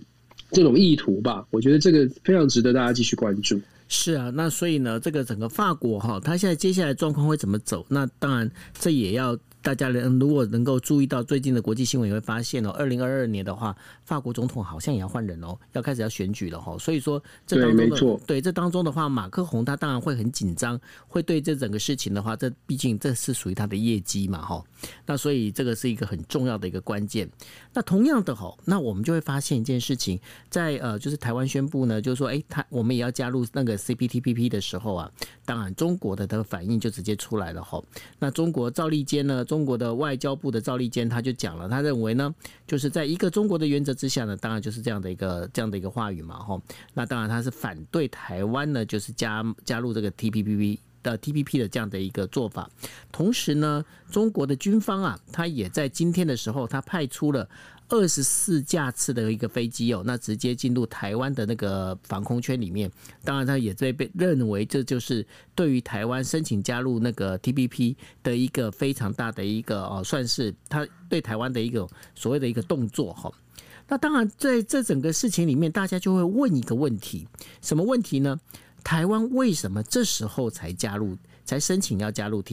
这种意图吧。我觉得这个非常值得大家继续关注。 是啊，那所以呢，这个整个法国哈，它现在接下来状况会怎么走？那当然，这也要大家如果能够注意到最近的国际新闻，也会发现哦，2022年的话，法国总统好像也要换人哦，要开始要选举了哈。所以说，这当中的这当中的话，马克宏他当然会很紧张，会对这整个事情的话，这毕竟这是属于他的业绩嘛哈。那所以这个是一个很重要的一个关键。那同样的哈，那我们就会发现一件事情，在就是台湾宣布呢，就是说，我们也要加入那个 CPTPP 的时候啊，当然中国的反应就直接出来了哈。那中国赵立坚呢，中国的外交部的赵立坚他就讲了，他认为呢，就是在一个中国的原则之下呢，当然就是这样的一个话语嘛哈。那当然他是反对台湾呢，就是加入这个 TPP 的这样的一个做法。同时呢，中国的军方啊，他也在今天的时候，他派出了24架次的一个飞机哦，那直接进入台湾的那个防空圈里面。当然，他也被认为这就是对于台湾申请加入那个 TPP 的一个非常大的一个算是他对台湾的一个所谓的一个动作哈。那当然，在这整个事情里面，大家就会问一个问题，什么问题呢？台湾为什么这时候才申请要加入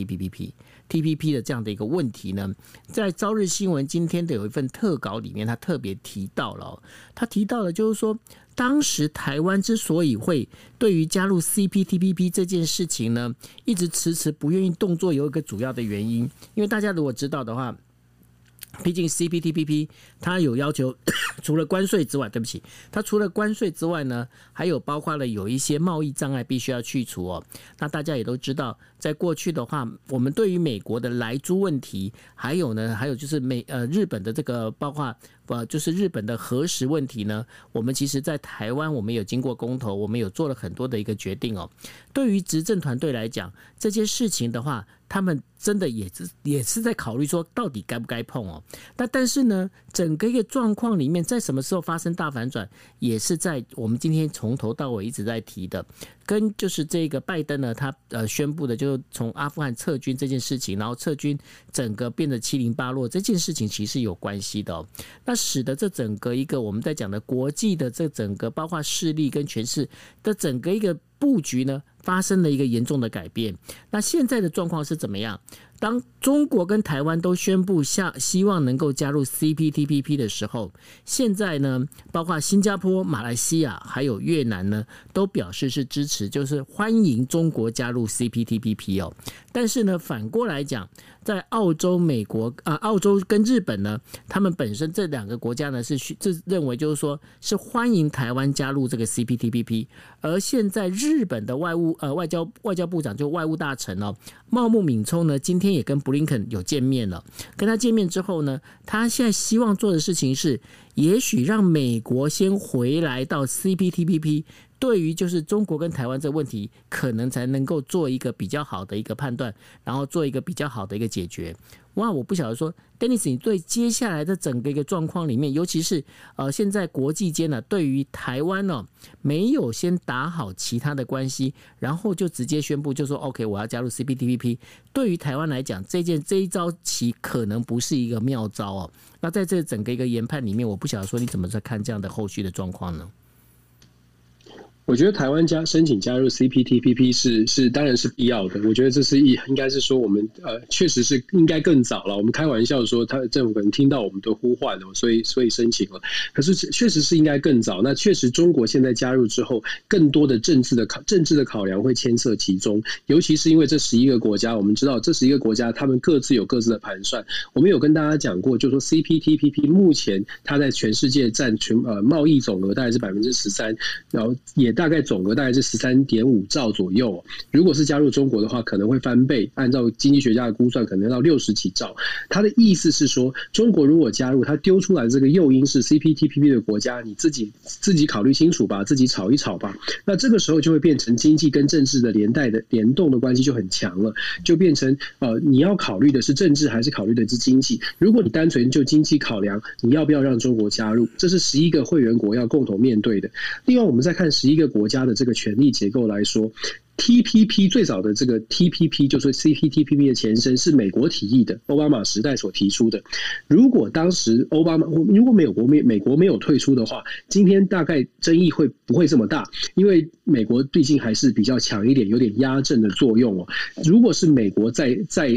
TPP 的这样的一个问题呢？在朝日新闻今天的有一份特稿里面，他特别提到了，就是说，当时台湾之所以会对于加入 CPTPP 这件事情呢，一直迟迟不愿意动作，有一个主要的原因，因为大家如果知道的话，毕竟 CPTPP 它有要求，除了关税之外，对不起，它除了关税之外呢，还有包括了有一些贸易障碍必须要去除哦。那大家也都知道，在过去的话，我们对于美国的莱猪问题，还有就是日本的这个包括就是日本的核食问题呢，我们其实在台湾我们有经过公投，我们有做了很多的一个决定哦。对于执政团队来讲，这件事情的话，他们真的也是在考虑说到底该不该碰哦。但是呢，整个一个状况里面，在什么时候发生大反转，也是在我们今天从头到尾一直在提的，跟就是这个拜登呢，他宣布的就是从阿富汗撤军这件事情，然后撤军整个变得七零八落这件事情，其实是有关系的哦。那使得这整个一个我们在讲的国际的这整个包括势力跟权势的整个一个布局呢，发生了一个严重的改变。那现在的状况是怎么样？当中国跟台湾都宣布希望能够加入 CPTPP 的时候，现在呢，包括新加坡、马来西亚还有越南呢，都表示是支持，就是欢迎中国加入 CPTPP 哦。但是呢，反过来讲，在澳洲、美国澳洲跟日本呢，他们本身这两个国家呢是认为就是说是欢迎台湾加入这个 CPTPP， 而现在日本的外交部长就外务大臣哦，茂木敏充呢，今天也跟布林肯有见面了。跟他见面之后呢，他现在希望做的事情是，也许让美国先回来到 CPTPP， 对于就是中国跟台湾这个问题，可能才能够做一个比较好的一个判断，然后做一个比较好的一个解决。哇，我不晓得说 Dennis 你对接下来的整个一个状况里面，尤其是现在国际间呢，对于台湾呢没有先打好其他的关系，然后就直接宣布就说 OK 我要加入 CPTPP， 对于台湾来讲，这一招棋可能不是一个妙招哦。那在这整个一个研判里面，我不晓得说你怎么在看这样的后续的状况呢？ 我觉得台湾申请加入 CPTPP 是当然是必要的。我觉得这是应该是说我们确实是应该更早了。我们开玩笑说，他政府可能听到我们的呼唤了，所以申请了。可是确实是应该更早。那确实中国现在加入之后，更多的政治的考量会牵涉其中。尤其是因为这11个国家，我们知道这11个国家他们各自有各自的盘算。我们有跟大家讲过，就是说 CPTPP 目前它在全世界占贸易总额大概是 13%， 然后也大概总额大概是 13.5 兆左右。如果是加入中国的话，可能会翻倍，按照经济学家的估算，可能到60几兆。他的意思是说，中国如果加入，他丢出来的这个诱因是 CPTPP 的国家，你自己考虑清楚吧，自己炒一炒吧。那这个时候就会变成经济跟政治的联动的关系就很强了，就变成你要考虑的是政治还是考虑的是经济？如果你单纯就经济考量，你要不要让中国加入？这是11个会员国要共同面对的。另外，我们再看11个国家的这个权力结构来说， TPP 最早的这个 TPP 就是 CPTPP 的前身是美国提议的，奥巴马时代所提出的。如果当时如果美国没有退出的话，今天大概争议不会这么大，因为美国毕竟还是比较强一点，有点压阵的作用哦。如果是美国在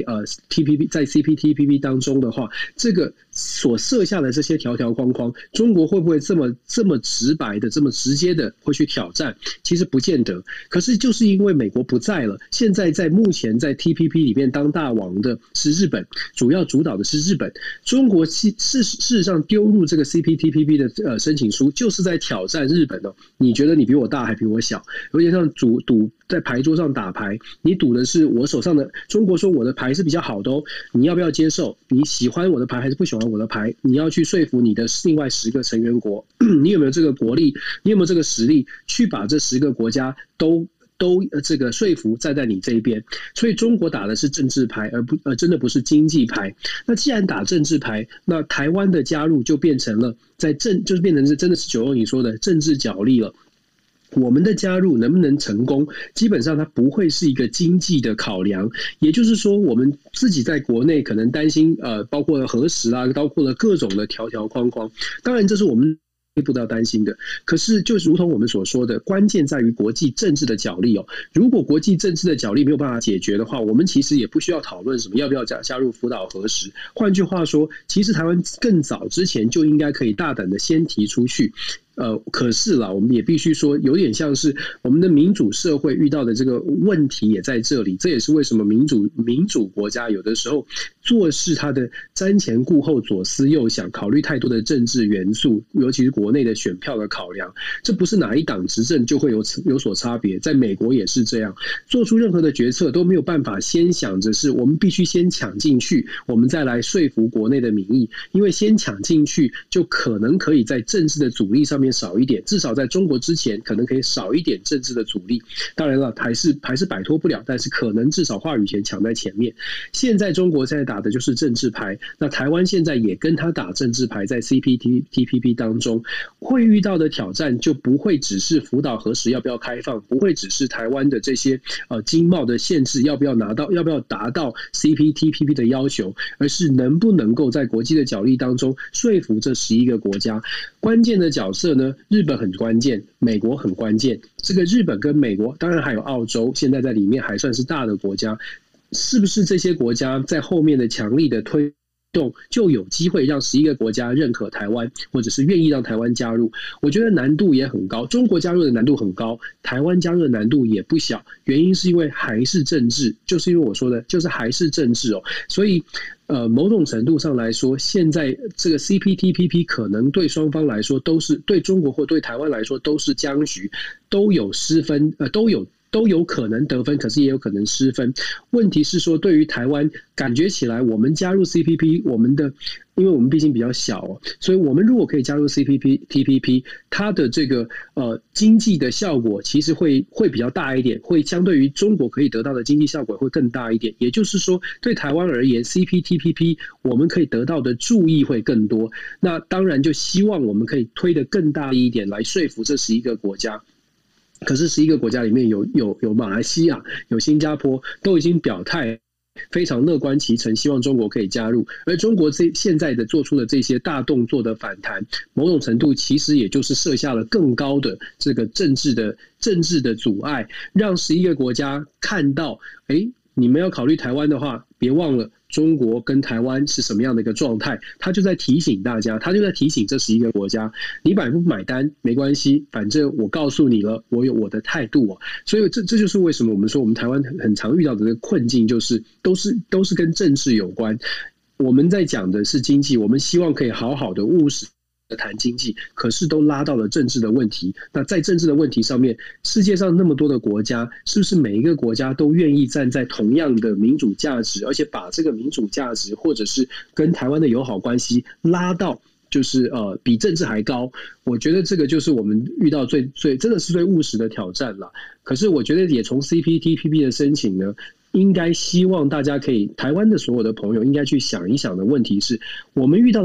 TPP 在 CPTPP 当中的话，这个所设下的这些条条框框，中国会不会这么直白的、这么直接的会去挑战？其实不见得。可是就是因为美国不在了，现在目前在 TPP 里面当大王的是日本，主要主导的是日本。中国事实上丢入这个 CPTPP 的申请书，就是在挑战日本哦。你觉得你比我大还比我小？有点像赌在牌桌上打牌，你赌的是我手上的。中国说我的牌是比较好的哦，你要不要接受？你喜欢我的牌还是不喜欢我的牌？你要去说服你的另外10个成员国，你有没有这个国力？你有没有这个实力去把这10个国家都这个说服站在你这一边？所以中国打的是政治牌，真的不是经济牌。那既然打政治牌，那台湾的加入就变成了就是变成是真的是九欧你说的政治角力了。我们的加入能不能成功，基本上它不会是一个经济的考量，也就是说我们自己在国内可能担心包括了核实啊，包括了各种的条条框框，当然这是我们内部要担心的。可是就如同我们所说的，关键在于国际政治的角力哦。如果国际政治的角力没有办法解决的话，我们其实也不需要讨论什么要不要加入福岛核实。换句话说，其实台湾更早之前就应该可以大胆的先提出去。可是啦，我们也必须说，有点像是我们的民主社会遇到的这个问题也在这里。这也是为什么民主国家有的时候做事它的瞻前顾后、左思右想，考虑太多的政治元素，尤其是国内的选票的考量。这不是哪一党执政就会有所差别，在美国也是这样，做出任何的决策都没有办法先想着是我们必须先抢进去，我们再来说服国内的民意，因为先抢进去就可能可以在政治的阻力上面少一点，至少在中国之前可能可以少一点政治的阻力。当然了，还是摆脱不了，但是可能至少话语权抢在前面。现在中国在打的就是政治牌，那台湾现在也跟他打政治牌，在 CPTPP 当中会遇到的挑战就不会只是福岛核实要不要开放，不会只是台湾的这些经贸的限制要不要达到 CPTPP 的要求，而是能不能够在国际的角力当中说服这11个国家。关键的角色呢，日本很关键，美国很关键。这个日本跟美国，当然还有澳洲，现在在里面还算是大的国家，是不是这些国家在后面的强力的推动，就有机会让11个国家认可台湾，或者是愿意让台湾加入？我觉得难度也很高，中国加入的难度很高，台湾加入的难度也不小。原因是因为还是政治，就是因为我说的，就是还是政治哦。所以某种程度上来说，现在这个 CPTPP 可能对双方来说都是，对中国或对台湾来说都是僵局，都有失分，都有可能得分，可是也有可能失分。问题是说，对于台湾，感觉起来我们加入 CPP， 因为我们毕竟比较小哦，所以我们如果可以加入 CPTPP， 它的这个经济的效果其实会比较大一点，会相对于中国可以得到的经济效果会更大一点。也就是说，对台湾而言 ，CPTPP 我们可以得到的注意会更多。那当然就希望我们可以推得更大一点，来说服这11个国家。可是11个国家里面有马来西亚、有新加坡都已经表态非常乐观其成，希望中国可以加入。而中国现在的做出的这些大动作的反弹，某种程度其实也就是设下了更高的这个政治的阻碍，让11个国家看到，你们要考虑台湾的话，别忘了中国跟台湾是什么样的一个状态。他就在提醒大家，他就在提醒这11个国家，你买不买单没关系，反正我告诉你了，我有我的态度哦。所以这就是为什么我们说我们台湾很常遇到的这个困境，就是都是跟政治有关。我们在讲的是经济，我们希望可以好好的务实谈经济，可是都拉到了政治的问题。那在政治的问题上面，世界上那么多的国家，是不是每一个国家都愿意站在同样的民主价值，而且把这个民主价值或者是跟台湾的友好关系拉到就是比政治还高？我觉得这个就是我们遇到最真的是最务实的挑战了。可是我觉得也从 CPTPP 的申请呢，应该希望大家可以，台湾的所有的朋友应该去想一想的问题是，我们遇到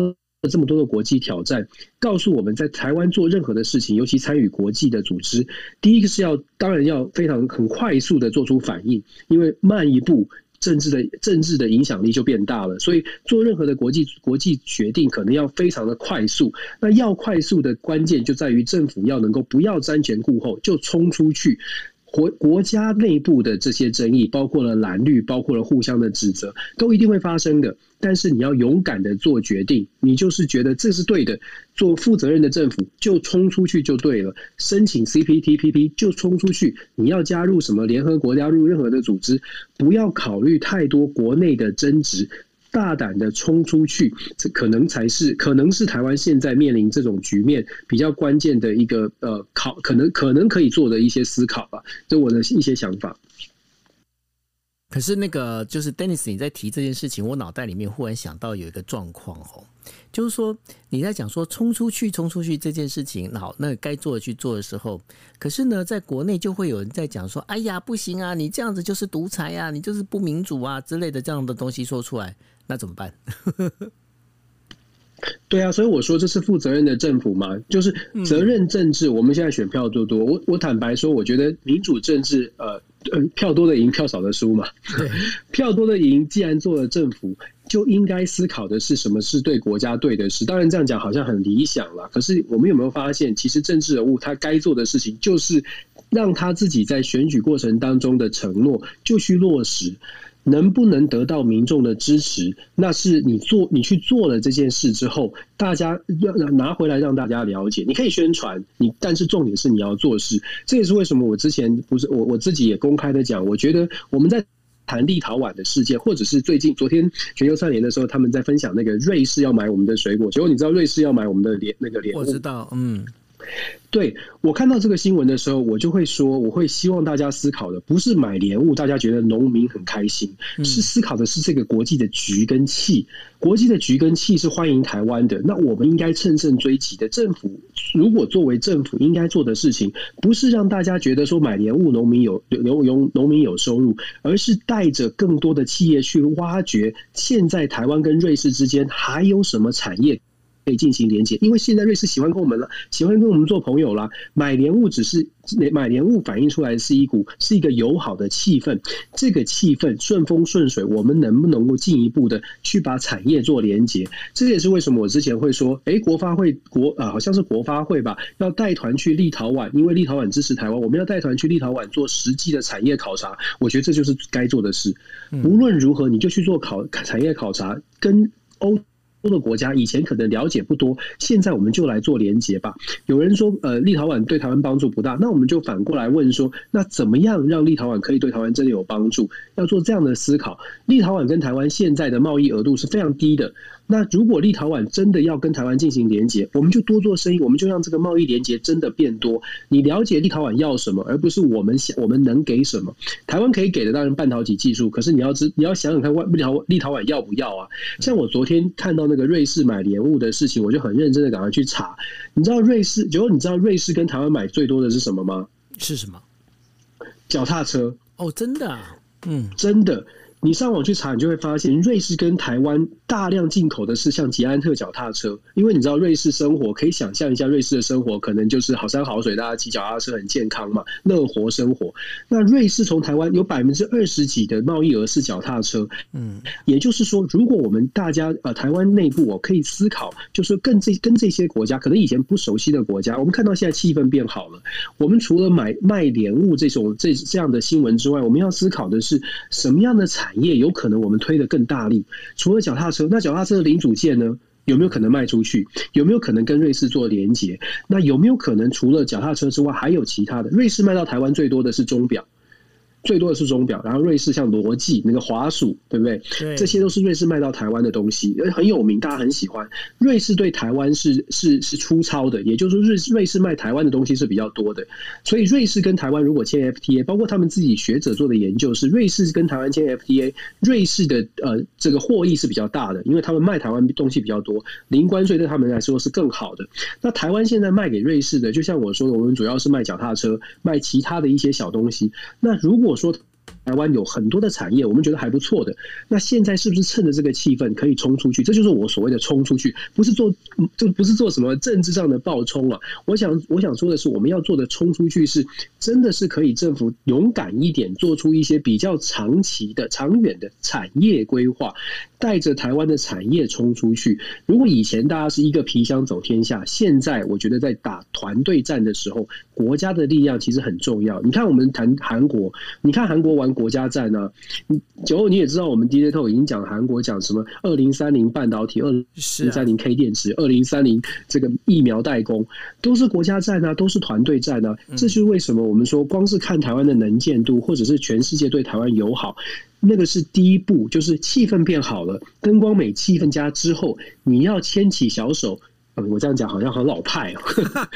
这么多的国际挑战，告诉我们在台湾做任何的事情，尤其参与国际的组织，第一个是当然要很快速的做出反应，因为慢一步，政治的影响力就变大了，所以做任何的国际决定可能要非常的快速。那要快速的关键就在于政府要能够不要瞻前顾后，就冲出去。国家内部的这些争议，包括了蓝绿，包括了互相的指责，都一定会发生的。但是你要勇敢的做决定，你就是觉得这是对的，做负责任的政府就冲出去就对了。申请 CPTPP 就冲出去，你要加入什么联合国，加入任何的组织，不要考虑太多国内的争执。大胆的冲出去，这可能是台湾现在面临这种局面比较关键的一个可能可以做的一些思考吧，这我的一些想法。 可是那个就是 Dennis 你在提这件事情，我脑袋里面忽然想到有一个状况就是说你在讲说冲出去这件事情，好，那该做的去做的时候，可是呢，在国内就会有人在讲说，哎呀，不行啊，你这样子就是独裁啊，你就是不民主啊之类的这样的东西说出来。那怎么办？ 对啊，所以我说这是负责任的政府嘛，就是责任政治。我们现在选票多，我坦白说，我觉得民主政治，票多的赢，票少的输嘛。票多的赢，既然做了政府，就应该思考的是什么是对国家对的事。当然这样讲好像很理想啦，可是我们有没有发现，其实政治人物他该做的事情，就是让他自己在选举过程当中的承诺就去落实。能不能得到民众的支持，那是你去做了这件事之后，大家拿回来让大家了解。你可以宣传，但是重点是你要做事。这也是为什么我之前我自己也公开的讲，我觉得我们在谈立陶宛的事件，或者是昨天全球串联的时候，他们在分享那个瑞士要买我们的水果，结果你知道瑞士要买我们的那个莲雾？ 我知道， 对，我看到这个新闻的时候，我就会说，我会希望大家思考的不是买莲雾，大家觉得农民很开心，是思考的是这个国际的局跟气。国际的局跟气是欢迎台湾的，那我们应该乘胜追击的。政府如果作为政府应该做的事情，不是让大家觉得说买莲雾农民有收入，而是带着更多的企业去挖掘现在台湾跟瑞士之间还有什么产业可以进行连结，因为现在瑞士喜欢跟我们做朋友啦。买莲雾反映出来是一个友好的气氛，这个气氛顺风顺水，我们能不能够进一步的去把产业做连结？这也是为什么我之前会说，国发会好像是国发会吧，要带团去立陶宛，因为立陶宛支持台湾，我们要带团去立陶宛做实际的产业考察。我觉得这就是该做的事。无论如何，你就去做产业考察，跟欧的国家以前可能了解不多，现在我们就来做连结吧。有人说立陶宛对台湾帮助不大，那我们就反过来问说，那怎么样让立陶宛可以对台湾真的有帮助？要做这样的思考。立陶宛跟台湾现在的贸易额度是非常低的，那如果立陶宛真的要跟台湾进行连结，我们就多做生意，我们就让这个贸易连结真的变多。你了解立陶宛要什么，而不是我们能给什么。台湾可以给的当然半导体技术，可是你要想想看立陶宛要不要啊？像我昨天看到那个瑞士买莲雾的事情，我就很认真的赶快去查。你知道瑞士跟台湾买最多的是什么吗？ 是什么？ 脚踏车。 哦，真的啊？ 真的。你上网去查，你就会发现瑞士跟台湾大量进口的是像捷安特脚踏车，因为你知道瑞士生活，可以想象一下瑞士的生活可能就是好山好水，大家骑脚踏车很健康嘛，乐活生活。那瑞士从台湾有20%几的贸易额是脚踏车，也就是说，如果我们大家台湾内部可以思考，就是跟这些国家可能以前不熟悉的国家，我们看到现在气氛变好了，我们除了卖莲雾这样的新闻之外，我们要思考的是什么样的产业有可能我们推得更大力？除了脚踏车，那脚踏车的零组件呢？有没有可能卖出去？有没有可能跟瑞士做连结？那有没有可能除了脚踏车之外，还有其他的？瑞士卖到台湾最多的是钟表。然后瑞士像罗技那个滑鼠，对不对？这些都是瑞士卖到台湾的东西，很有名，大家很喜欢。瑞士对台湾是出超的，也就是说瑞士卖台湾的东西是比较多的。所以瑞士跟台湾如果签 FTA， 包括他们自己学者做的研究是，瑞士跟台湾签 FTA， 瑞士的这个获益是比较大的，因为他们卖台湾东西比较多，零关税对他们来说是更好的。那台湾现在卖给瑞士的，就像我说的，我们主要是卖脚踏车，卖其他的一些小东西。那如果说湾有很多的产业，我们觉得还不错的。那现在是不是趁着这个气氛可以冲出去？这就是我所谓的冲出去，不是做什么政治上的暴冲啊。我想说的是，我们要做的冲出去是真的是可以政府勇敢一点，做出一些比较长期的、长远的产业规划，带着台湾的产业冲出去。如果以前大家是一个皮箱走天下，现在我觉得在打团队战的时候，国家的力量其实很重要。你看我们谈韩国，你看韩国玩国家战啊，酒后你也知道，我们 DJ Talk 已经讲韩国讲什么2030半导体、2030 K 电池、2030这个疫苗代工，都是国家战啊，都是团队战啊。这就是为什么我们说，光是看台湾的能见度，或者是全世界对台湾友好，那个是第一步，就是气氛变好了，灯光美、气氛佳之后，你要牵起小手。我这样讲好像很老派哦，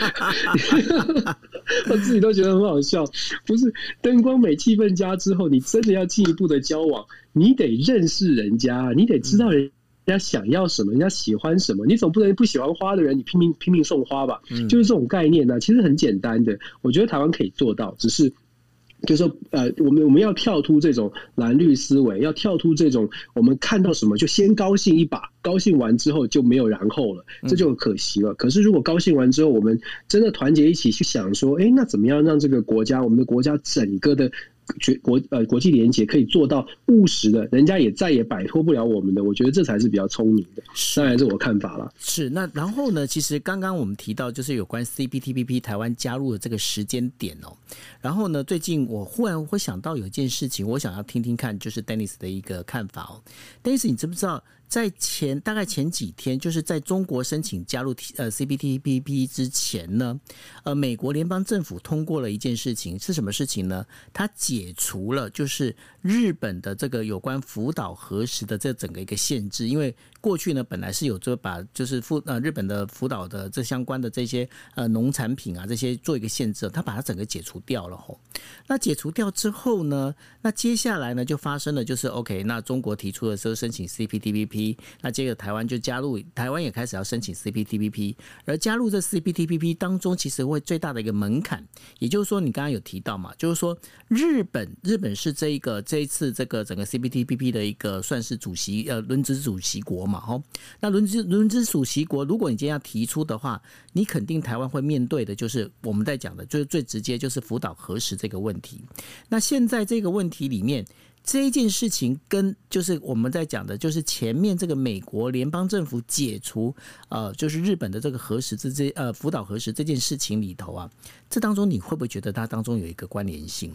我自己都觉得很好笑。不是灯光美、气氛佳之后，你真的要进一步的交往，你得认识人家，你得知道人家想要什么，人家喜欢什么。你总不能不喜欢花的人，你拼命送花吧？就是这种概念呢，其实很简单的。我觉得台湾可以做到，只是。就是说，我们要跳出这种蓝绿思维，要跳出这种我们看到什么就先高兴一把，高兴完之后就没有然后了，这就很可惜了。可是如果高兴完之后，我们真的团结一起去想说，那怎么样让这个国家，我们的国家整个的国际连结可以做到务实的，人家也再也摆脱不了我们的，我觉得这才是比较聪明的。当然是我看法了。 是那然后呢？其实刚刚我们提到就是有关 CPTPP 台湾加入的这个时间点哦。然后呢，最近我忽然会想到有一件事情，我想要听听看，就是 Dennis 的一个看法哦。Dennis， 你知不知道？在大概前几天，就是在中国申请加入CPTPP 之前呢，美国联邦政府通过了一件事情，是什么事情呢？它解除了就是日本的这个有关福岛核食的这整个一个限制，因为过去呢本来是有就把就是日本的福岛的这相关的这些农产品啊这些做一个限制，它把它整个解除掉了吼。那解除掉之后呢，那接下来呢就发生了就是 OK， 那中国提出的时候申请 CPTPP。那接着台湾就加入，台湾也开始要申请 CPTPP， 而加入这 CPTPP 当中，其实会最大的一个门槛，也就是说你刚刚有提到嘛，就是说日本是这一次这个整个 CPTPP 的一个算是轮值主席国嘛，那轮值主席国，如果你今天要提出的话，你肯定台湾会面对的就是我们在讲的，就是最直接就是福岛核食这个问题。那现在这个问题里面。这一件事情跟就是我们在讲的，就是前面这个美国联邦政府解除就是日本的这个福岛核食这件事情里头啊，这当中你会不会觉得它当中有一个关联性呢？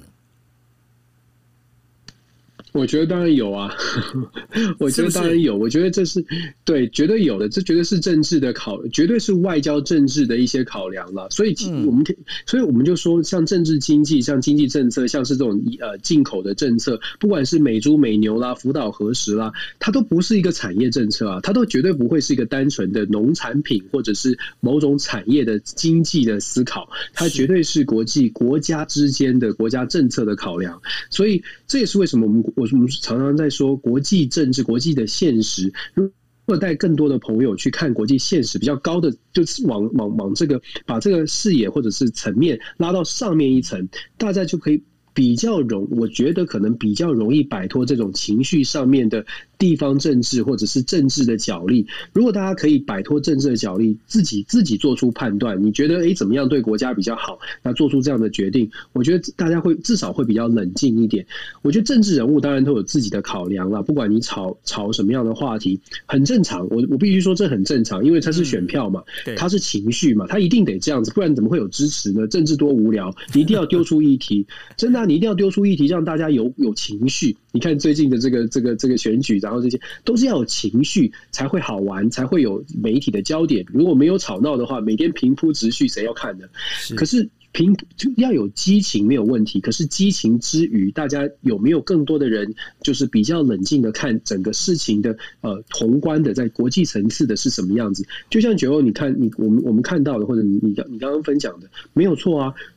我觉得当然有啊，我觉得当然有，我觉得这是对，绝对有的，这绝对是政治的绝对是外交政治的一些考量了。所以我们就说，像政治经济，像经济政策，像是这种进口的政策，不管是美猪美牛啦、福岛核食啦，它都不是一个产业政策啊，它都绝对不会是一个单纯的农产品或者是某种产业的经济的思考，它绝对是国家之间的国家政策的考量。所以这也是为什么我们常常在说国际政治、国际的现实。如果带更多的朋友去看国际现实比较高的，就是往这个把这个视野或者是层面拉到上面一层，大家就可以我觉得可能比较容易摆脱这种情绪上面的地方政治或者是政治的角力。如果大家可以摆脱政治的角力，自己做出判断，你觉得怎么样对国家比较好，那做出这样的决定，我觉得大家至少会比较冷静一点。我觉得政治人物当然都有自己的考量啦，不管你吵什么样的话题，很正常。我必须说这很正常，因为他是选票嘛，他是情绪嘛，他一定得这样子，不然怎么会有支持呢？政治多无聊，你一定要丢出议题，真的你一定要丢出议题，让大家有情绪。你看最近的这个选举，然后这些都是要有情绪才会好玩，才会有媒体的焦点。如果没有吵闹的话，每天平铺直叙，谁要看呢？可是就要有激情没有问题，可是激情之余，大家有没有更多的人就是比较冷静的看整个事情的宏观的在国际层次的是什么样子？就像9号，你看我们看到的，或者你刚刚分享的，没有错啊。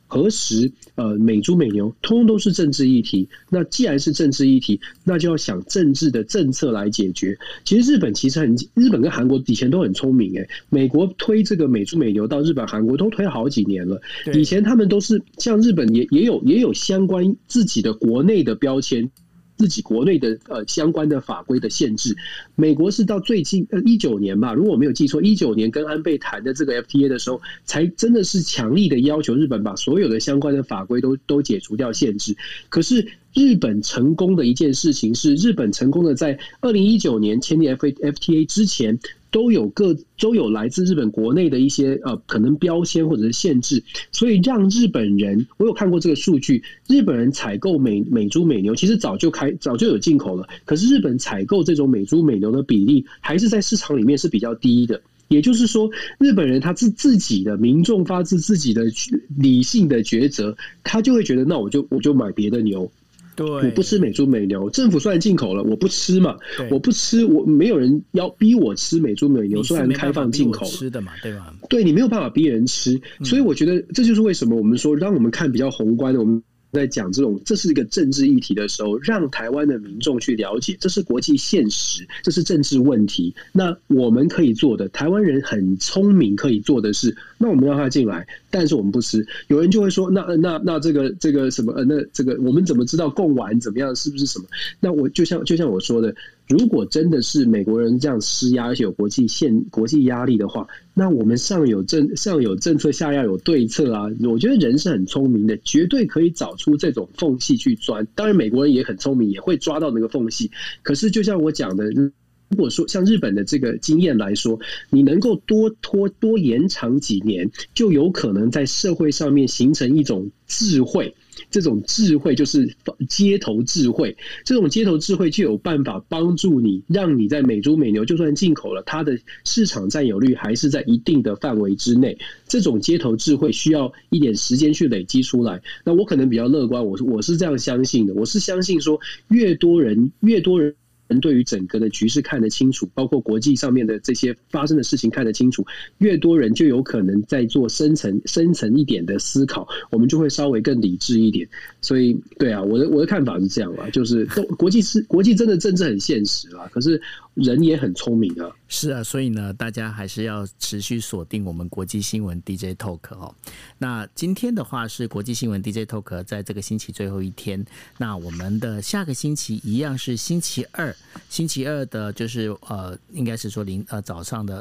核食、美猪美牛，通通都是政治议题。那既然是政治议题，那就要想政治的政策来解决。其实日本日本跟韩国以前都很聪明美国推这个美猪美牛到日本、韩国都推了好几年了。以前他们都是像日本也有相关自己的国内的标签。自己国内的相关的法规的限制，美国是到最近19年吧，如果我没有记错，19年跟安倍谈的这个 FTA 的时候，才真的是强力的要求日本把所有的相关的法规都解除掉限制。可是日本成功的一件事情是，日本成功的在2019年签订 FTA 之前。都有来自日本国内的一些可能标签或者是限制，所以让日本人，我有看过这个数据，日本人采购美猪美牛其实早就有进口了，可是日本采购这种美猪美牛的比例还是在市场里面是比较低的。也就是说，日本人他是自己的民众发自自己的理性的抉择，他就会觉得那我就买别的牛。 对， 我不吃美猪美牛，政府虽然进口了，我不吃嘛，我不吃，我没有人要逼我吃美猪美牛，虽然开放进口了， 吃的嘛，对吧？ 对，你没有办法逼人吃，所以我觉得这就是为什么我们说，当我们看比较宏观的，我们在讲这是一个政治议题的时候，让台湾的民众去了解，这是国际现实，这是政治问题。那我们可以做的，台湾人很聪明，可以做的是，那我们让他进来，但是我们不吃。有人就会说，那这个什么那这个我们怎么知道贡丸怎么样，是不是什么？那我就像我说的。如果真的是美国人这样施压，而且有国际压力的话，那我们上有政策，下要有对策啊！我觉得人是很聪明的，绝对可以找出这种缝隙去钻。当然，美国人也很聪明，也会抓到那个缝隙。可是，就像我讲的，如果说像日本的这个经验来说，你能够多延长几年，就有可能在社会上面形成一种智慧。这种智慧就是街头智慧，这种街头智慧就有办法帮助你，让你在美猪美牛就算进口了，它的市场占有率还是在一定的范围之内。这种街头智慧需要一点时间去累积出来。那我可能比较乐观，我是这样相信的，我是相信说越多人对于整个的局势看得清楚，包括国际上面的这些发生的事情看得清楚，越多人就有可能在做深层一点的思考，我们就会稍微更理智一点。所以，对啊，我的看法是这样啦，就是国际真的政治很现实啦，可是人也很聪明啊。 是啊，所以呢，大家还是要持续锁定我们国际新闻 DJ Talk 哦。那今天的话是国际新闻 DJ Talk 在这个星期最后一天，那我们的下个星期一样是星期二的就是应该是说早上的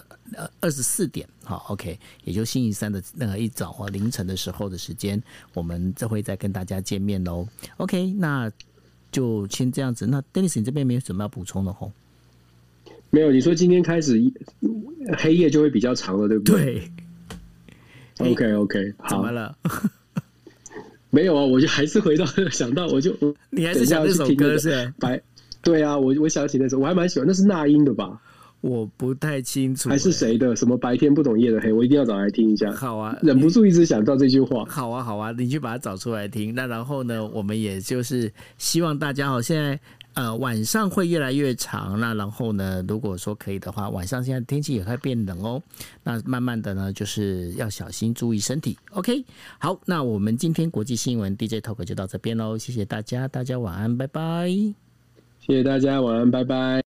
24点，好 OK， 也就星期三的那个一早凌晨的时候的时间，我们就会再跟大家见面喽。OK， 那就先这样子。那 Dennis 你这边没有什么要补充的吼？ 没有，你说今天开始黑夜就会比较长了，对不对？对。OK， 好。 怎么了？ 没有啊，我就还是回到想到， 你还是想那首歌是？ 对啊，我想起那首，我还蛮喜欢，那是那英的吧？ 我不太清楚， 还是谁的？什么白天不懂夜的黑？我一定要找来听一下。 好啊， 忍不住一直想到这句话。 好啊，你去把它找出来听。那然后呢，我们也就是希望大家现在晚上会越来越长。那然后呢，如果说可以的话，晚上现在天气也快变冷哦。那慢慢的呢，就是要小心注意身体。OK， 好，那我们今天国际新闻 DJ Talk 就到这边喽，谢谢大家，大家晚安，拜拜。 谢谢大家，晚安，拜拜。